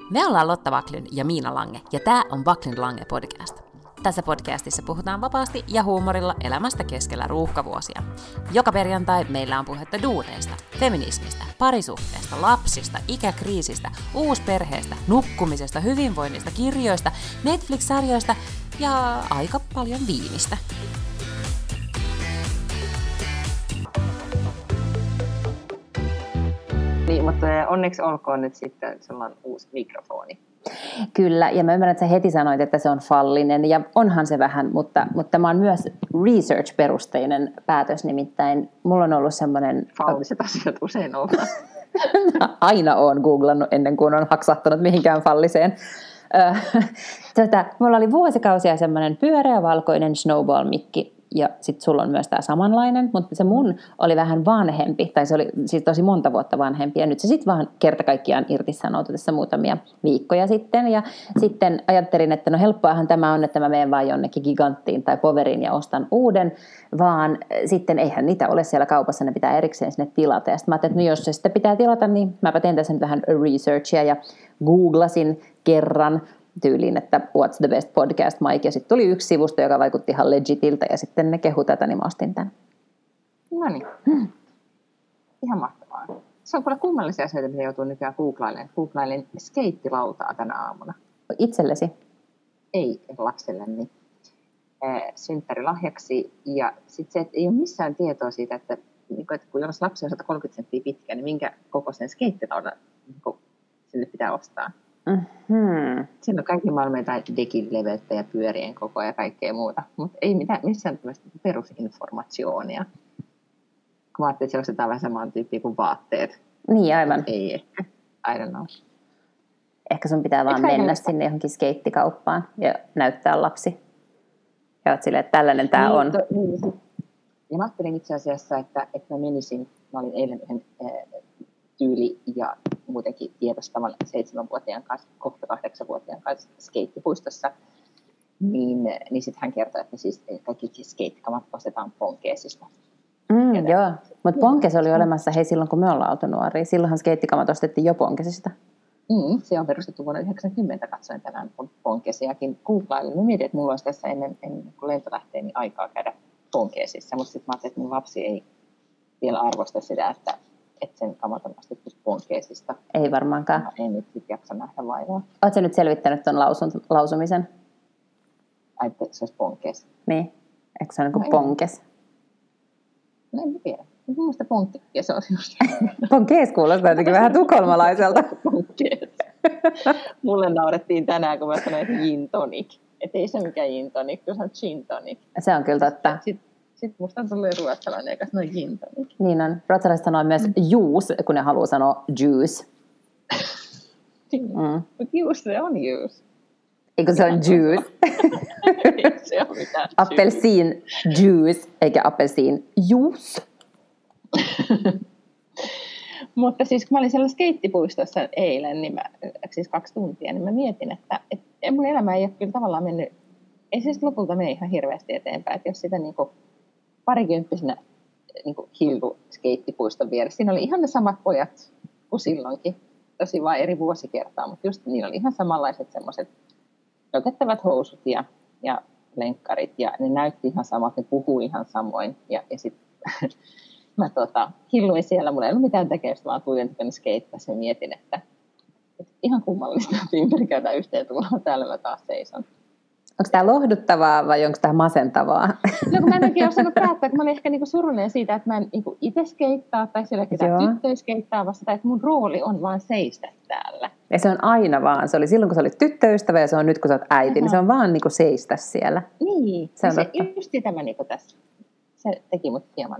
Me ollaan Lotta Backlund ja Miina Lange, ja tää on Backlund Lange podcast. Tässä podcastissa puhutaan vapaasti ja huumorilla elämästä keskellä ruuhkavuosia. Joka perjantai meillä on puhetta duuneista, feminismistä, parisuhteesta, lapsista, ikäkriisistä, uusperheestä, nukkumisesta, hyvinvoinnista, kirjoista, Netflix-sarjoista ja aika paljon viinistä. Niin, mutta onneksi olkoon nyt sitten, sulla on uusi mikrofoni. Kyllä, ja mä ymmärrän, että sä heti sanoit, että se on fallinen, ja onhan se vähän, mutta tämä on myös research-perusteinen päätös, nimittäin mulla on ollut semmoinen... Falliset asiat usein ovat. Aina oon googlannut ennen kuin on haksahtanut mihinkään falliseen. Mulla oli vuosikausia semmoinen pyöreä valkoinen snowball-mikki, ja sitten sulla on myös tämä samanlainen, mutta se mun oli vähän vanhempi, tai se oli siis tosi monta vuotta vanhempi, ja nyt se sitten vaan kerta kaikkiaan irtisanoutui tässä muutamia viikkoja sitten, ja sitten ajattelin, että no helppoahan tämä on, että mä menen vaan jonnekin Giganttiin tai Poveriin ja ostan uuden, vaan sitten eihän niitä ole siellä kaupassa, ne pitää erikseen sinne tilata, ja sitten mä ajattelin, että no jos se sitten pitää tilata, niin mäpä teen tässä nyt vähän researchia, ja googlasin kerran, tyyliin, että what's the best podcast, Mike, ja sitten tuli yksi sivusto, joka vaikutti ihan legitiltä, ja sitten ne kehu tätä, niin mä ostin tämän. No niin. Ihan mahtavaa. Se on kyllä kummallisia asioita, mitä joutuu nykyään googlailemaan. Googlailin skeittilautaa tänä aamuna. Itsellesi? Ei, lapselleni. Synttärilahjaksi. Ja sitten se, että ei ole missään tietoa siitä, että kun jos lapsi on 130 senttiä pitkä, niin minkä kokoisen skeittilaudan sinne pitää ostaa. Mm-hmm. Siinä on kaikki maailman tai dekin leveyttä ja pyörien kokoa ja kaikkea muuta, mutta ei missään tämmöistä perusinformaationia. Kun mä ajattelin, että se ostetaan vähän samaan tyyppiä kuin vaatteet. Niin, aivan. Ei ehkä. I don't know. Ehkä sun pitää vaan mennä sinne johonkin skeittikauppaan ja näyttää lapsi. Ja oot silleen, että tällainen tää on. Niin. Ja mä ajattelin itse asiassa, että mä menisin, mä olin eilen yhden tyyli- ja muutenkin tiedostavan 7-vuotiaan kanssa, kohta 8-vuotiaan kanssa skeittipuistossa, niin sitten hän kertoi, että siis kaikki skeittikamat ostetaan Ponkeesista. Joo, mutta Ponkes oli olemassa silloin, kun me ollaan oltu nuoria. Silloinhan skeittikamat ostettiin jo Ponkesista. Se on perustettu vuonna 1990, katsoin tänään Ponkesiakin googlailin. Mä mietin, että mulla olisi tässä ennen kuin lento lähtee, niin aikaa käydä Ponkeesissa, mutta sitten mä ajattelin, että mun lapsi ei vielä arvosta sitä, että sen kamat on ostettu Ponkeesista. Ei varmaankaan. Mä en nyt jaksa nähdä vaivaa. Oletko nyt selvittänyt tuon lausumisen? Ai, että se olisi Ponkees. Niin, eikö se ole niin kuin Ponkes? No en tiedä. Mielestä Ponkees on just. Ponkees kuulostaa jotenkin vähän tukholmalaiselta. Ponkees. Mulle naurettiin tänään, kun mä sanoin, että gin tonic. Että ei se mikään gin tonic, kun se on gin tonic. Se on kyllä totta. Sitten musta on tullut ruotsalainen, joka sanoo gin tonic. Niin on. Ruotsalaiset sanoo myös juice, kun ne haluaa sanoa juice. Mutta juice, se on juice. Eikö se on juice? Ei se ole mitään appelsiin juice, eikä appelsiin juice. Mutta siis kun mä olin siellä skeittipuistossa eilen, niin siis 2 tuntia, niin mä mietin, että mun elämä ei ole kyllä tavallaan mennyt, ei siis lopulta mene ihan hirveästi eteenpäin, että jos sitä niinku parikymppisenä niinku hillu skeittipuiston vieressä, siinä oli ihan ne samat pojat kuin silloinkin, tosi vain eri vuosikertaa, mutta just niillä oli ihan samanlaiset semmoiset nokettavat housut ja lenkkarit, ja ne näytti ihan samat, ne puhui ihan samoin, ja sitten mä hilluin siellä, mulla ei ollut mitään tekemistä, vaan tuijotin skeittasin ja mietin, että ihan kummallista, että ympäri käydään yhteen tullaan, täällä mä taas seison. Onko tämä lohduttavaa vai onko tämä masentavaa? No kun mä en oikein osannut päättää, kun mä olin ehkä niinku surullinen siitä, että mä en niinku itse skeittaa tai siellä ketään tyttöjä skeittaa vasta, että mun rooli on vaan seistä täällä. Ja se on aina vaan, se oli silloin kun sä olit tyttöystävä ja se on nyt kun sä oot äiti, niin se on vaan niinku seistä siellä. Niin, se just sitä mä niinku tässä, se teki mut hieman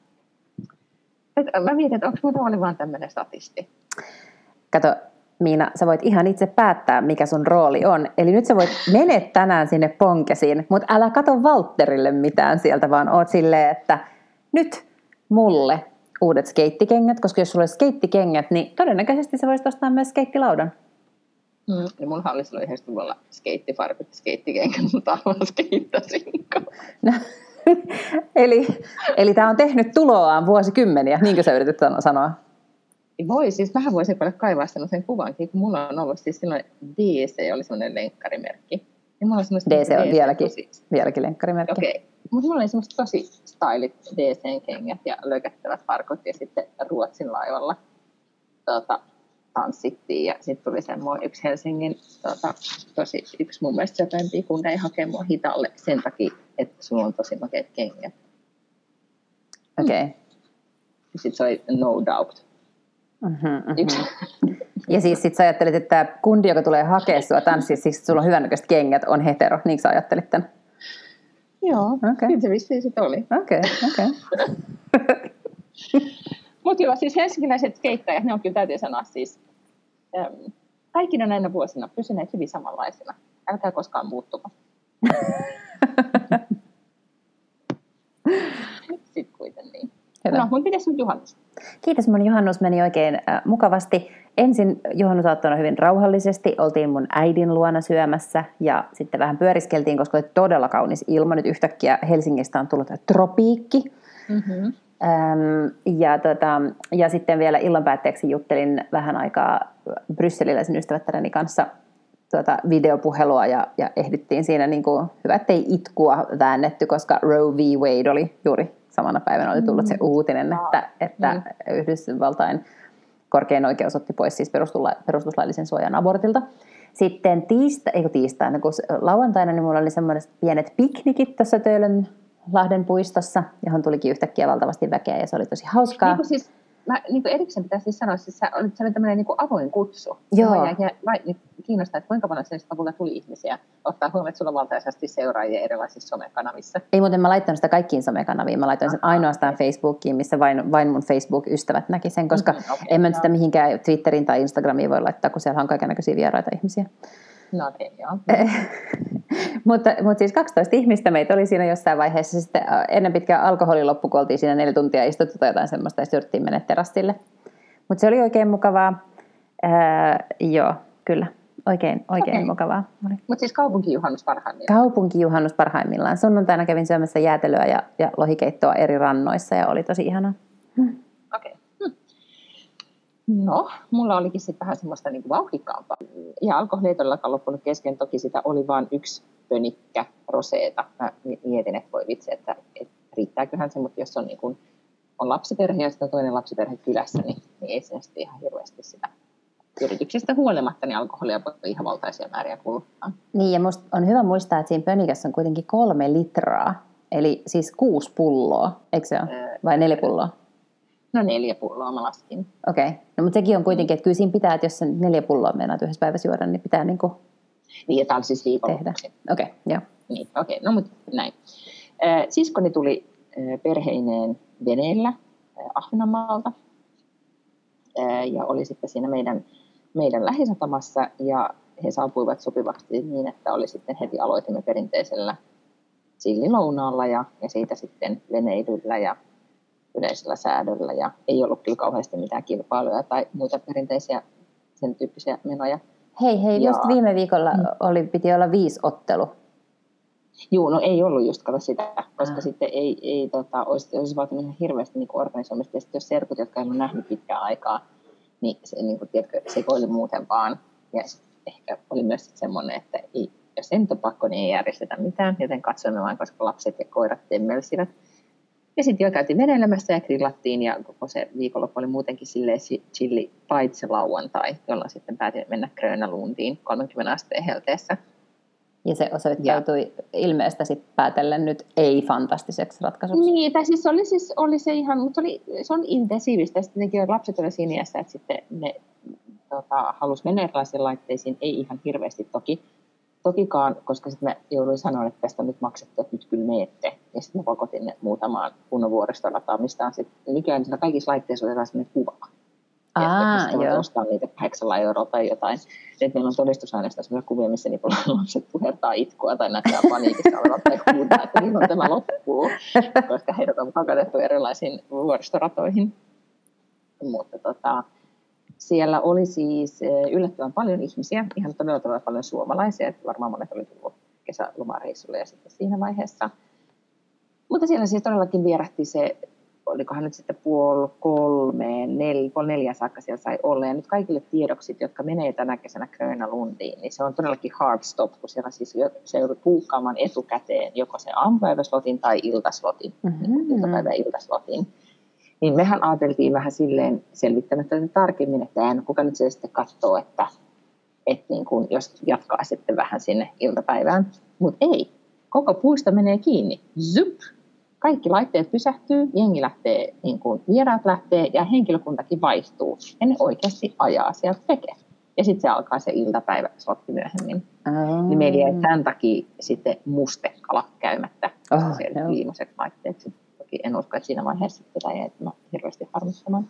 Mä mietin, että onko mun rooli vaan tämmöinen statisti? Kato, Miina, sä voit ihan itse päättää, mikä sun rooli on. Eli nyt sä voit mene tänään sinne Ponkesiin, mutta älä kato Valtterille mitään sieltä, vaan oot silleen, että nyt mulle uudet skeittikengät, koska jos sulla olisi skeittikengät, niin todennäköisesti sä voisit ostaa myös skeittilaudan. Ja munhan oli silloin yhdessä tuolla skeittifarkut ja skeittikengät, mutta arvoin skeittasinko. No. Eli tämä on tehnyt tuloaan vuosikymmeniä, niinkö sä yrität sanoa? Voi, siis vähän voisin kaivaa sen kuvankin, kun mulla on ollut siis silloin DC oli semmoinen lenkkarimerkki. Ja mulla on DC on vieläkin lenkkarimerkki. Okei, mutta mulla oli semmoiset tosi stylit DC-kengät ja lökättävät farkut ja sitten Ruotsin laivalla tanssittiin. Ja sitten tuli semmoinen yksi Helsingin yksi mun mielestä söpömpiä kundeja hakea mua hitalle sen takia, että sulla on tosi makeat kengät. Okei. Sitten se oli No Doubt. Ja siis sit sä ajattelit, että tämä kundi, joka tulee hakea sua tanssia, siksi sulla on hyvännäköiset kengät, on hetero. Niinkö sä ajattelit tämän? Joo, kyllä se vissiin sitten oli. Okei. Mutta joo, siis helsinkiläiset skeittäjät, ne on kyllä täytyy sanoa siis, kaikki ne näinä vuosina pysyneet hyvin samanlaisina. Älkää koskaan muuttumaan. Sitten kuitenkin niin. No, mutta miten sun juhannus? Kiitos, mun juhannus meni oikein mukavasti. Ensin juhannusaattona hyvin rauhallisesti. Oltiin mun äidin luona syömässä ja sitten vähän pyöriskeltiin, koska oli todella kaunis ilma. Nyt yhtäkkiä Helsingistä on tullut tropiikki. Mm-hmm. Ja sitten vielä illan päätteeksi juttelin vähän aikaa brysseliläisen ystävättäreni kanssa videopuhelua ja ehdittiin siinä niin kuin, hyvä, ettei itkua väännetty, koska Roe v. Wade oli juuri samana päivänä oli tullut se uutinen, että Yhdysvaltain korkein oikeus otti pois siis perustuslaillisen suojan abortilta. Sitten tiistaina, kun lauantaina, niin mulla oli semmoiset pienet piknikit tuossa Töölönlahden puistossa, johon tulikin yhtäkkiä valtavasti väkeä ja se oli tosi hauskaa. Niin kuin erikseen pitäisi siis sanoa, että se oli tämmöinen niin kuin avoin kutsu. Joo. Kiinnostaa, että kuinka paljon sen lopulta tuli ihmisiä ottaa huomioon, että sulla on valtaisesti seuraajia erilaisissa somekanavissa. Ei muuten, mä laittanut sitä kaikkiin somekanaviin. Mä laitoin sen ainoastaan Facebookiin, missä vain mun Facebook-ystävät näki sen, koska en mä sitä mihinkään Twitteriin tai Instagramiin voi laittaa, kun siellä on kaikennäköisiä vieraita ihmisiä. No okei, joo. mutta siis 12 ihmistä meitä oli siinä jossain vaiheessa. Sitten ennen pitkään alkoholi loppu, kun oltiin siinä 4 tuntia istuttu tai jotain semmoista, ja jouduttiin mennä terassille. Mutta se oli oikein mukavaa. Joo, kyllä. Oikein mukavaa. Mutta siis kaupunkijuhannus parhaimmillaan? Kaupunkijuhannus parhaimmillaan. Sunnuntaina kävin syömässä jäätelöä ja lohikeittoa eri rannoissa ja oli tosi ihanaa. Okei. No, mulla olikin sitten vähän semmoista niinku vauhdikkaampaa. Ja alkoholi ei todellakaan loppunut kesken. Toki sitä oli vain 1 pönikkä roseeta. Mä mietin, että voi vitsi, että riittääköhän se, mutta jos on, niin kun, on lapsiperhe ja sitten toinen lapsiperhe kylässä, niin ei se sitten ihan hirveästi sitä yrityksestä huolimatta, niin alkoholia voi ihan valtaisia määriä kuluttaa. Niin, ja musta on hyvä muistaa, että siinä pönikässä on kuitenkin 3 litraa, eli siis 6 pulloa, eikö se ole? Vai 4 pulloa? No 4 pulloa mä laskin. Okei. No mutta sekin on kuitenkin, että kyllä siinä pitää, että jos sen 4 pulloa meinaat yhdessä päivässä juoda, niin pitää niinku niin, että on siis viikonloppuksi. Okei, joo. Niin, okei. No mutta näin. Siskoni tuli perheineen veneellä Ahvenanmaalta ja oli sitten siinä meidän lähisatamassa ja he saapuivat sopivasti niin, että oli sitten heti aloitimme perinteisellä sillilounaalla ja siitä sitten veneilyllä ja yleisellä säädöllä ja ei ollut kyllä kauheasti mitään kilpailuja tai muita perinteisiä sen tyyppisiä menoja. Hei, just viime viikolla piti olla 5 ottelu. Joo, no ei ollut just kato sitä, koska sitten ei olisi vaatinut ihan hirveästi niin organisoimista. Ja sitten jos serkut, jotka ei ole nähnyt pitkään aikaa, niin se niin kuin, tiedätkö, sekoili muuten vaan. Ja ehkä oli myös semmoinen, että jos ei nyt ole pakko, niin ei järjestetä mitään. Joten katsoimme vain, koska lapset ja koirat temmelsivät. Ja sitten jo käytiin veneilemässä ja grillattiin. Ja koko se viikonloppu oli muutenkin silleen chilli paitsi lauantai, jolloin sitten päätin mennä Grönalundiin 30 asteen helteessä. Ja se osoittautui ilmeestä sitten päätellen nyt ei-fantastiseksi ratkaisuksi. Niin, tai siis oli se ihan, mutta se on intensiivistä. Sitten lapset oli siinä iässä, että sitten ne halusi mennä erilaisiin laitteisiin, ei ihan hirveästi tokikaan, koska sitten mä jouduin sanoa, että tästä on nyt maksettu, että nyt kyllä meette. Ja sitten mä pakotin ne muutamaan kunnon vuoristorataan, mistä on sitten nykyään siinä kaikissa laitteissa otetaan sellainen kuva. Että voit ostaa niitä 8 € tai jotain. Nyt meillä on todistusaineistoa sellaisia kuvia, missä niin lapset puhertaa itkua tai näyttää paniikissa olevat tai huutaa, että milloin tämä loppuu, koska heidät on pakotettu erilaisiin vuoristoratoihin. Mutta siellä oli siis yllättävän paljon ihmisiä, ihan todella paljon suomalaisia, että varmaan monet oli tullut kesälomareissulle ja sitten siinä vaiheessa. Mutta siellä siis todellakin vierähti se olikohan nyt sitten puoli 4 saakka siellä sai olla. Ja nyt kaikille tiedoksit, jotka menee tänä kesänä Gröna Lundiin, niin se on todellakin hard stop, kun siellä siis se joudut buukkaamaan etukäteen joko se aamupäiväslotin tai iltaslotin, iltapäivä- ja iltaslotin. Niin mehän ajateltiin vähän silleen selvittämättä tarkemmin, että kuka nyt se sitten katsoo, että niin kuin, jos jatkaa sitten vähän sinne iltapäivään. Mutta ei, koko puisto menee kiinni. Zup! Kaikki laitteet pysähtyy, jengi lähtee, niin kuin vieraat lähtee ja henkilökuntakin vaihtuu. Ja ne oikeasti ajaa sieltä veke. Ja sitten se alkaa se iltapäiväslotti myöhemmin. Niin meillä jäi tämän takia sitten mustekala käymättä. Viimeiset laitteet. Toki en usko, että siinä vaiheessa tätä jäi hirveästi harmittamaan.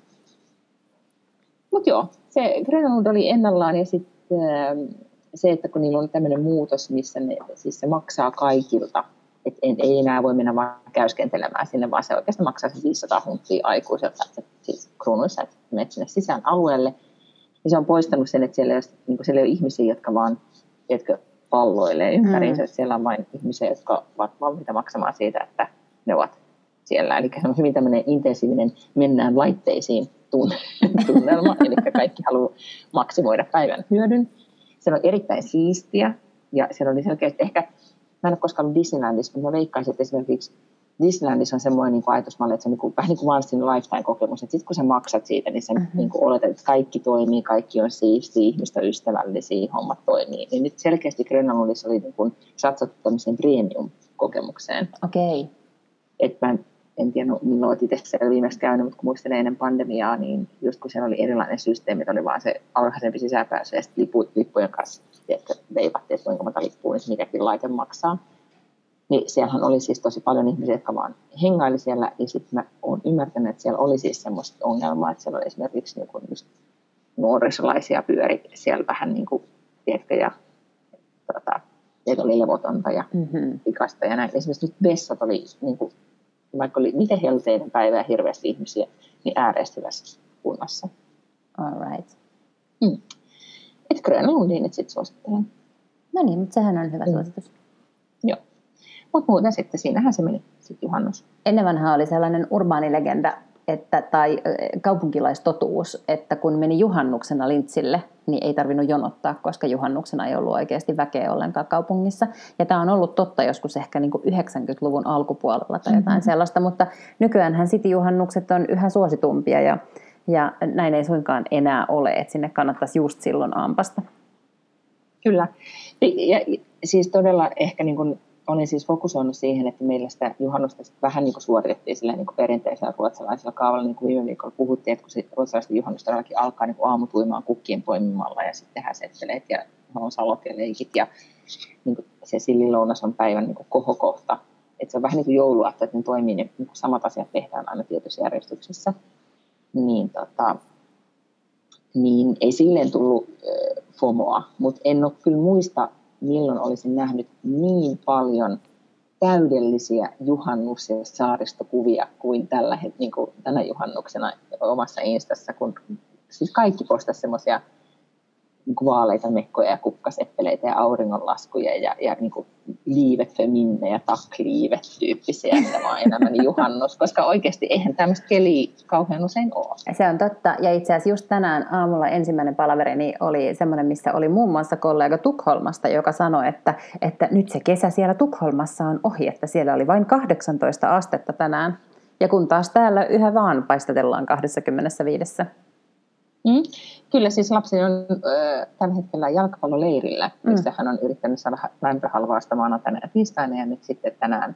Mutta joo, se Gröna Lund oli ennallaan ja sitten se, että kun niillä on tämmöinen muutos, missä siis se maksaa kaikilta, että ei enää voi mennä vaan käyskentelemään sinne, vaan se oikeastaan maksaa se 500 hunttia aikuiselta, että siis kruunuissa, että menet sinne sisään alueelle. Ja se on poistanut sen, että siellä ei ole ihmisiä, jotka vaan palloilee ympäriinsä, että siellä on vain ihmisiä, jotka ovat valmiita maksamaan siitä, että ne ovat siellä. Eli se on hyvin tämmöinen intensiivinen mennään laitteisiin tunnelma, eli kaikki haluaa maksimoida päivän hyödyn. Se on erittäin siistiä, ja siellä oli selkeästi ehkä, mä en ole koskaan ollut Disneylandissa, mutta mä veikkaisin, että esimerkiksi Disneylandissa on semmoinen niin kuin ajatusmalli, että se on niin kuin, vähän niin kuin once in a lifetime-kokemus, että sitten kun sä maksat siitä, niin sä niin kuin oletat, että kaikki toimii, kaikki on siistiä, ihmiset on ystävällisiä, hommat toimii. Niin nyt selkeästi Gröna Lundissa oli niin kuin satsattu tämmöiseen premium-kokemukseen. Okei. Että mä en tiedä, milloin olet itse siellä viimeksi käynyt, mutta kun muistelen ennen pandemiaa, niin just kun siellä oli erilainen systeemi, oli vaan se alhaisempi sisäänpääsy ja sitten lippujen kanssa, että veivattiin, että kuinka monta lippua, niin mikäkin laite maksaa. Niin siellähän oli siis tosi paljon ihmisiä, jotka vaan hengaili siellä, ja sitten mä oon ymmärtänyt, että siellä oli siis semmoista ongelmaa, että siellä oli esimerkiksi niin just nuorisolaisia pyöri siellä vähän niin kuin, tiedätkö, ja teitä oli levotonta ja pikasta ja näin. Esimerkiksi nyt vessat oli niin kuin, vaikka oli miten helteinen päivä ja hirveästi ihmisiä, niin ääreesti hyvässä kunnossa. All right. Että Gröna Lundiin nyt sitten suosittelen. No niin, mutta sehän on hyvä suositus. Joo. Mutta muuten sitten, siinähän se meni sitten juhannus. Ennen vanhaa oli sellainen urbaanilegenda, tai kaupunkilaistotuus, että kun meni juhannuksena Lintsille, niin ei tarvinnut jonottaa, koska juhannuksena ei ollut oikeasti väkeä ollenkaan kaupungissa. Ja tämä on ollut totta joskus ehkä niin kuin 90-luvun alkupuolella tai jotain sellaista, mutta nykyäänhän cityjuhannukset on yhä suositumpia ja näin ei suinkaan enää ole, että sinne kannattaisi just silloin ampasta. Kyllä. Ja siis todella ehkä niin kuin olin siis fokusoinut siihen, että meillä sitä juhannusta vähän niin kuin suoritettiin sillä niin kuin perinteisellä ruotsalaisella kaavalla, niin kuin viime viikolla puhuttiin, että kun se ruotsalaisten juhannus todellakin alkaa niin kuin aamutuimaan kukkien poimimalla ja sitten tehdään setteleet ja salot ja leikit ja niin kuin se sillilounas on päivän niin kuin kohokohta. Että se on vähän niin kuin jouluaatto, että ne toimii, niin kuin samat asiat tehdään aina tietyssä järjestyksessä. Niin ei silleen tullut FOMOa, mutta en ole kyllä muista, milloin olisin nähnyt niin paljon täydellisiä juhannus- ja saaristokuvia kuin niin kuin tänä juhannuksena omassa Instassa, kun siis kaikki postasi semmoisia niin vaaleita mekkoja ja kukkaseppeleitä ja auringonlaskuja ja niin kuin liivefeminne ja takliivet tyyppisiä, että vaan enemmän juhannus, koska oikeasti eihän tämmöistä keliä kauhean usein ole. Se on totta, ja itse asiassa just tänään aamulla ensimmäinen palaverini oli semmoinen, missä oli muun muassa kollega Tukholmasta, joka sanoi, että nyt se kesä siellä Tukholmassa on ohi, että siellä oli vain 18 astetta tänään, ja kun taas täällä yhä vaan paistatellaan 25. Kyllä, siis lapsi on tällä hetkellä jalkapalloleirillä, missä hän on yrittänyt saada lämpöhalvausta maanantaina ja tiistaina, ja nyt sitten tänään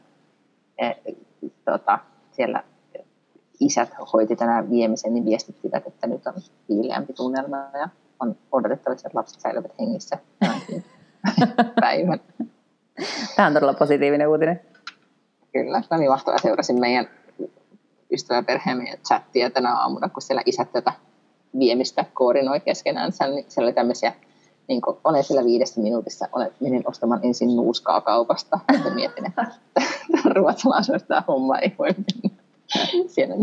siellä isät hoiti tänään viemisen, niin viestittivät, että nyt on viileämpi tunnelma, ja on odotettavissa, että lapset säilyvät hengissä päivän. Tämä on todella positiivinen uutinen. Kyllä, se oli mahtavaa. Seurasin meidän ystäväperheemme ja chattia tänä aamuna, kun siellä isät tätä viemistä koordinoi keskenäänsä, niin siellä oli tämmöisiä, niin kuin olen siellä 5 minuutissa, menin ostamaan ensin nuuskaa kaupasta, ja mietin, että ruotsalaisuista homma ei voi mennä. Siellä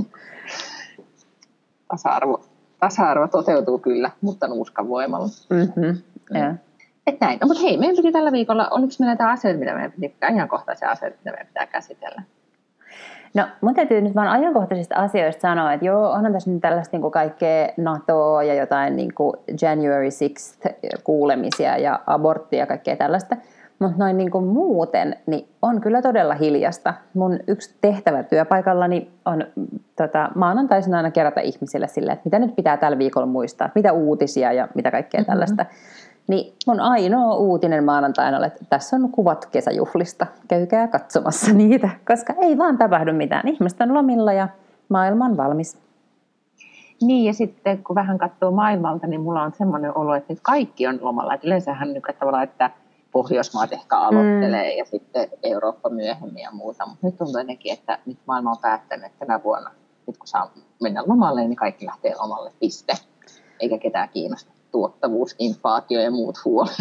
tasa-arvo toteutuu kyllä, mutta nuuskan voimalla. Että näin. No, mutta hei, meidän piti tällä viikolla, oliko meillä näitä asioita, mitä meidän piti, ajankohtaisia asioita, mitä meidän pitää käsitellä? No, mun täytyy nyt vaan ajankohtaisista asioista sanoa, että joo, onhan tässä nyt tällaista niin kuin kaikkea NATOa ja jotain niin kuin January 6th kuulemisia ja aborttia ja kaikkea tällaista. Mutta noin niin kuin muuten, niin on kyllä todella hiljasta. Mun yksi tehtävä työpaikallani on maanantaisin aina kerätä ihmisille silleen, että mitä nyt pitää tällä viikolla muistaa, mitä uutisia ja mitä kaikkea tällaista. Niin mun ainoa uutinen maanantaina on, että tässä on kuvat kesäjuhlista. Käykää katsomassa niitä, koska ei vaan tapahdu mitään. Ihmiset on lomilla ja maailma on valmis. Niin, ja sitten kun vähän katsoo maailmalta, niin mulla on semmoinen olo, että nyt kaikki on lomalla. Et yleensähän nyt tavallaan, että Pohjoismaat ehkä aloittelee ja sitten Eurooppa myöhemmin ja muuta. Mutta nyt tuntuu jotenkin, että nyt maailma on päättänyt, että tänä vuonna, nyt kun saa mennä lomalle, niin kaikki lähtee lomalle, piste. Eikä ketään kiinnosta tuottavuus, inflaatio ja muut huolet.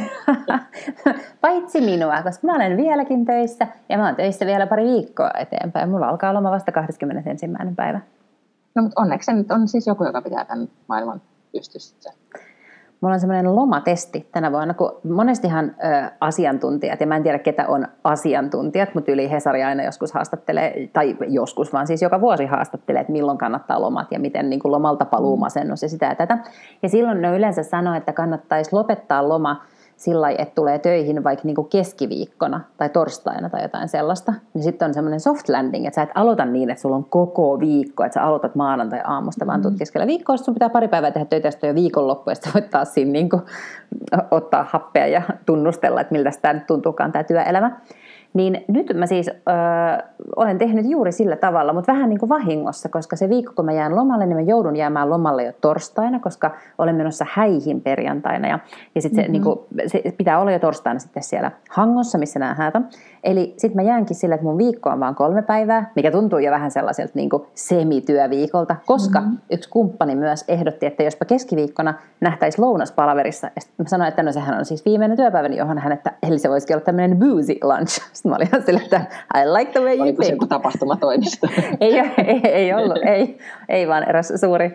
Paitsi minua, koska mä olen vieläkin töissä ja mä oon töissä vielä pari viikkoa eteenpäin. Mulla alkaa loma vasta 21. päivä. No, mutta onneksi se nyt on siis joku, joka pitää tämän maailman pystyssä. Mulla on semmoinen lomatesti tänä vuonna, kun monestihan asiantuntijat, ja mä en tiedä ketä on asiantuntijat, mutta yli Hesari aina joskus haastattelee, tai joskus vaan siis joka vuosi haastattelee, että milloin kannattaa lomat ja miten niin kuin lomalta paluu masennus ja sitä ja tätä. Ja silloin ne yleensä sanoo, että kannattaisi lopettaa loma sillä lailla, että tulee töihin vaikka niin kuin keskiviikkona tai torstaina tai jotain sellaista, niin sitten on semmoinen soft landing, että sä et aloita niin, että sulla on koko viikko, että sä aloitat maanantai-aamusta, vaan tutkiskella viikkoa, sun pitää pari päivää tehdä töitä, ja jo viikonloppu, ja sitten voit taas siinä niin kuin ottaa happea ja tunnustella, että miltä tämä nyt tuntuukaan tämä työelämä. Niin nyt mä siis olen tehnyt juuri sillä tavalla, mutta vähän niin kuin vahingossa, koska se viikko, kun mä jään lomalle, niin mä joudun jäämään lomalle jo torstaina, koska olen menossa häihin perjantaina. Ja sitten se, niin kuin, se pitää olla jo torstaina sitten siellä Hangossa, missä nämä häät on. Eli sitten mä jäänkin sillä, että mun viikko on vaan 3 päivää, mikä tuntuu jo vähän sellaiselta niin kuin semityöviikolta, koska yksi kumppani myös ehdotti, että jospa keskiviikkona nähtäisiin lounaspalaverissa. Ja sitten mä sanoin, että no sehän on siis viimeinen työpäivä, johon hän, että eli se voisikin olla tämmöinen boozy lunch. Sitten mä olin ihan sillä, että I like the way you think. Oliko se joku tapahtumatoimisto? ei ollut, ei vaan eräs suuri,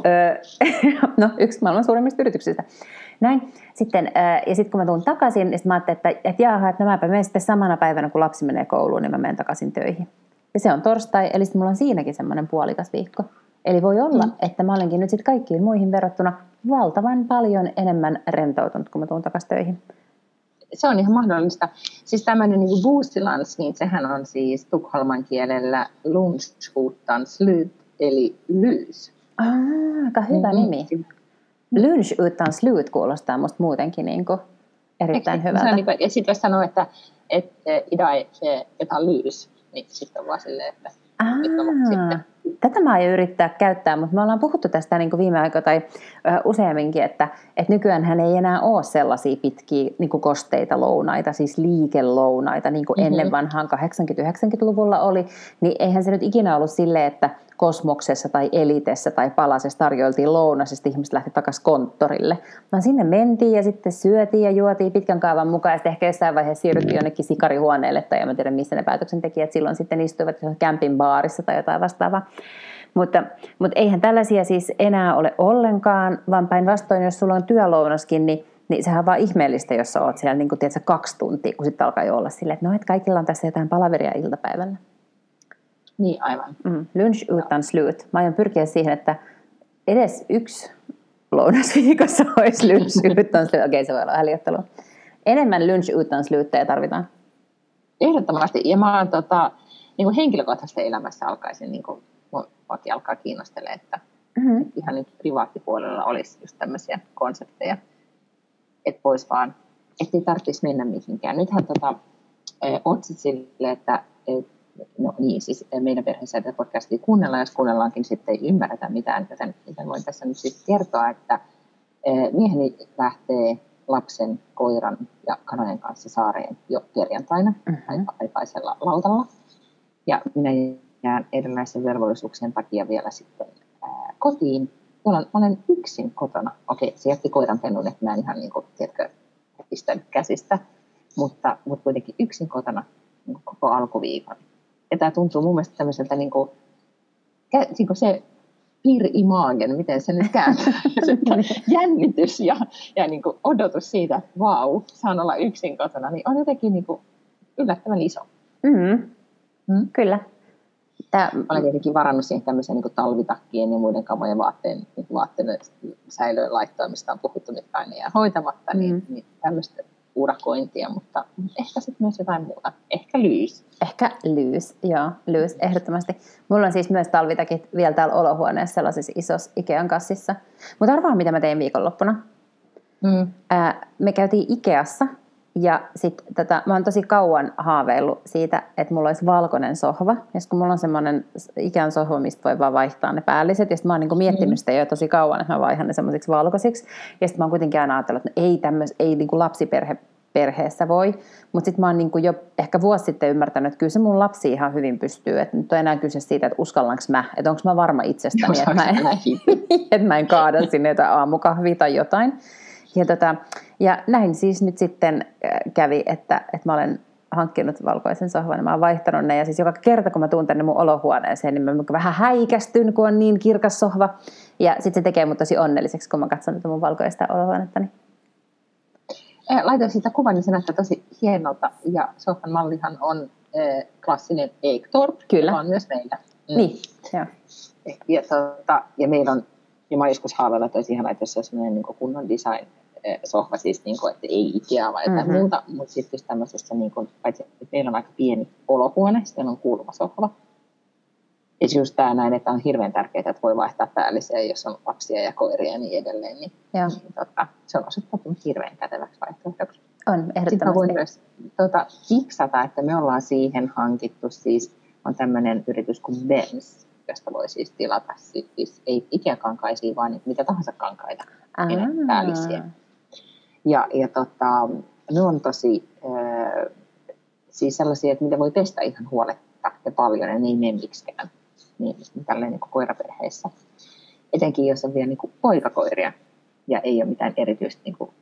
yksi maailman suurimmista yrityksistä. Näin. Sitten, ja sitten kun mä tuun takaisin, niin mä ajattelin, että mäpä menen sitten samana päivänä, kun lapsi menee kouluun, niin mä menen takaisin töihin. Ja se on torstai, eli sitten mulla on siinäkin semmoinen puolikas viikko. Eli voi olla, että mä olenkin nyt sitten kaikkiin muihin verrattuna valtavan paljon enemmän rentoutunut, kun mä tuun takaisin töihin. Se on ihan mahdollista. Siis tämmöinen niin boostilans, niin sehän on siis tukholman kielellä lunch utan slut, eli lyys. Aika hyvä nimi. Lunch utan slut kuulostaa musta muutenkin niin kuin erittäin hyvältä. Ja sitten jos sanoo, että idag utan lyys, niin sitten on vaan silleen, että sitten. Tätä mä aion yrittää käyttää, mutta me ollaan puhuttu tästä niin kuin viime aikoina tai useamminkin, että nykyäänhän ei enää ole sellaisia pitkiä niin kuin kosteita lounaita, siis liikelounaita, niin kuin ennen vanhaan 80-90-luvulla oli, niin eihän se nyt ikinä ollut silleen, että Kosmoksessa tai Elitessä tai Palasessa tarjoiltiin lounas ja sitten ihmiset lähti takaisin konttorille. Vaan sinne mentiin ja sitten syötiin ja juotiin pitkän kaavan mukaan ja sitten ehkä jossain vaiheessa siirryttiin jonnekin sikarihuoneelle tai en tiedä missä ne päätöksentekijät silloin sitten istuivat camping baarissa tai jotain vastaavaa. Mutta eihän tällaisia siis enää ole ollenkaan, vaan päinvastoin, jos sulla on työlounaskin, niin sehän on vaan ihmeellistä, jos sä oot siellä niin kuin, tiedätkö, 2 tuntia, kun sitten alkaa jo olla silleen, että että kaikilla on tässä jotain palaveria iltapäivällä. Niin, aivan. Lunch utan slut. Mä aion pyrkiä siihen, että edes 1 lounas viikossa olisi lunch utan slut. Okei, se voi olla vähän liioittelua. Enemmän lunch utan slutteja tarvitaan. Ehdottomasti. Ja mä oon niin kuin henkilökohtaisessa elämässä alkaisin, niin kuin muakin alkaa kiinnostella, että ihan nyt privaattipuolella olisi just tämmöisiä konsepteja, että pois vaan, ettei tarvitsisi mennä mihinkään. Nythän oot sille, että no niin, siis meidän perheessä tätä podcastia kuunnellaan, jos kuunnellaankin sitten ei ymmärretä mitään, joten voin tässä nyt sitten kertoa, että mieheni lähtee lapsen, koiran ja kanojen kanssa saareen jo perjantaina aikaisella lautalla. Ja minä jään erilaisen velvollisuuksien takia vielä sitten kotiin, jolloin olen yksin kotona. Okei, se jätti koiran pennun, että mä en ihan niin kuin, tiedätkö, pistänyt käsistä, mutta kuitenkin yksin kotona niin koko alkuviikon. Ja tämä tuntuu mun mielestä tämmöiseltä niin kuin se pirr i magen, miten se nyt kääntää. Jännitys ja niin kuin odotus siitä, että vau, saan olla yksin kotona, niin on jotenkin niin kuin yllättävän iso. Kyllä. Olen tietenkin varannut siihen tämmöisen niin talvitakkien ja muiden kamojen vaatteiden säilöön laittoa, mistä on puhuttu nyt aina ja hoitamatta, niin tämmöistä urakointia, mutta ehkä sitten myös jotain muuta. Ehkä lyys. Ehkä lyys, joo, lyys ehdottomasti. Mulla on siis myös talvitakit vielä täällä olohuoneessa sellaisessa isossa Ikean kassissa. Mutta arvaa, mitä mä tein viikonloppuna. Me käytiin Ikeassa ja sitten mä oon tosi kauan haaveillut siitä, että mulla olisi valkoinen sohva. Ja kun mulla on semmoinen Ikean sohva, mistä voi vaan vaihtaa ne päälliset. Ja sitten mä oon niinku miettinyt sitä jo tosi kauan, että mä vaihan ne semmoisiksi valkoisiksi. Ja sitten mä oon kuitenkin aina ajatellut, että ei niinku lapsiperheessä voi. Mutta sitten mä oon niinku jo ehkä vuosi sitten ymmärtänyt, että kyllä se mun lapsi ihan hyvin pystyy. Että nyt on enää kyse siitä, että uskallanko mä, että onko mä varma itsestäni, että mä en kaada sinne jotain aamukahvia tai jotain. Ja näin siis nyt sitten kävi, että mä olen hankkinut valkoisen sohvan ja mä oon vaihtanut ne. Ja siis joka kerta, kun mä tuun tänne mun olohuoneeseen, niin mä vähän häikästyn, kun on niin kirkas sohva. Ja sitten se tekee mut tosi onnelliseksi, kun mä katson tätä mun valkoista olohuonettani. Laitoin siitä kuvan, niin se näyttää tosi hienolta. Ja sohvan mallihan on klassinen Eektorp, joka on myös meillä. Niin, joo. Ja meillä on, ja mä oon joskus haaveilla, että olisi ihanaa, että jos olisi sellainen niin kunnon design-sohva, siis niin kuin, että ei Ikea vai jotain muuta, mutta sitten tämmöisessä, niin kuin, paitsi että meillä on aika pieni olohuone, sitten on kuuluva sohva. Ja just tämä näin, että on hirveän tärkeää, että voi vaihtaa päällisiä, jos on lapsia ja koiria ja niin edelleen, niin se on osoittautunut hirveän käteväksi vaihtoehdoksi. On, ehdottomasti. Sitten mä voin myös fiksata, että me ollaan siihen hankittu, siis on tämmöinen yritys kuin Bems, josta voi siis tilata siis ei Ikea-kankaisia, vaan mitä tahansa kankaita, päällisiä. Ja ne on tosi siis sellaisia, että mitä voi pestä ihan huoletta ja paljon, ja ne ei mene miksikään. Niin, tälleen niin kuin koiraperheissä. Etenkin jos on vielä niin kuin poikakoiria ja ei ole mitään erityistä niin kuin,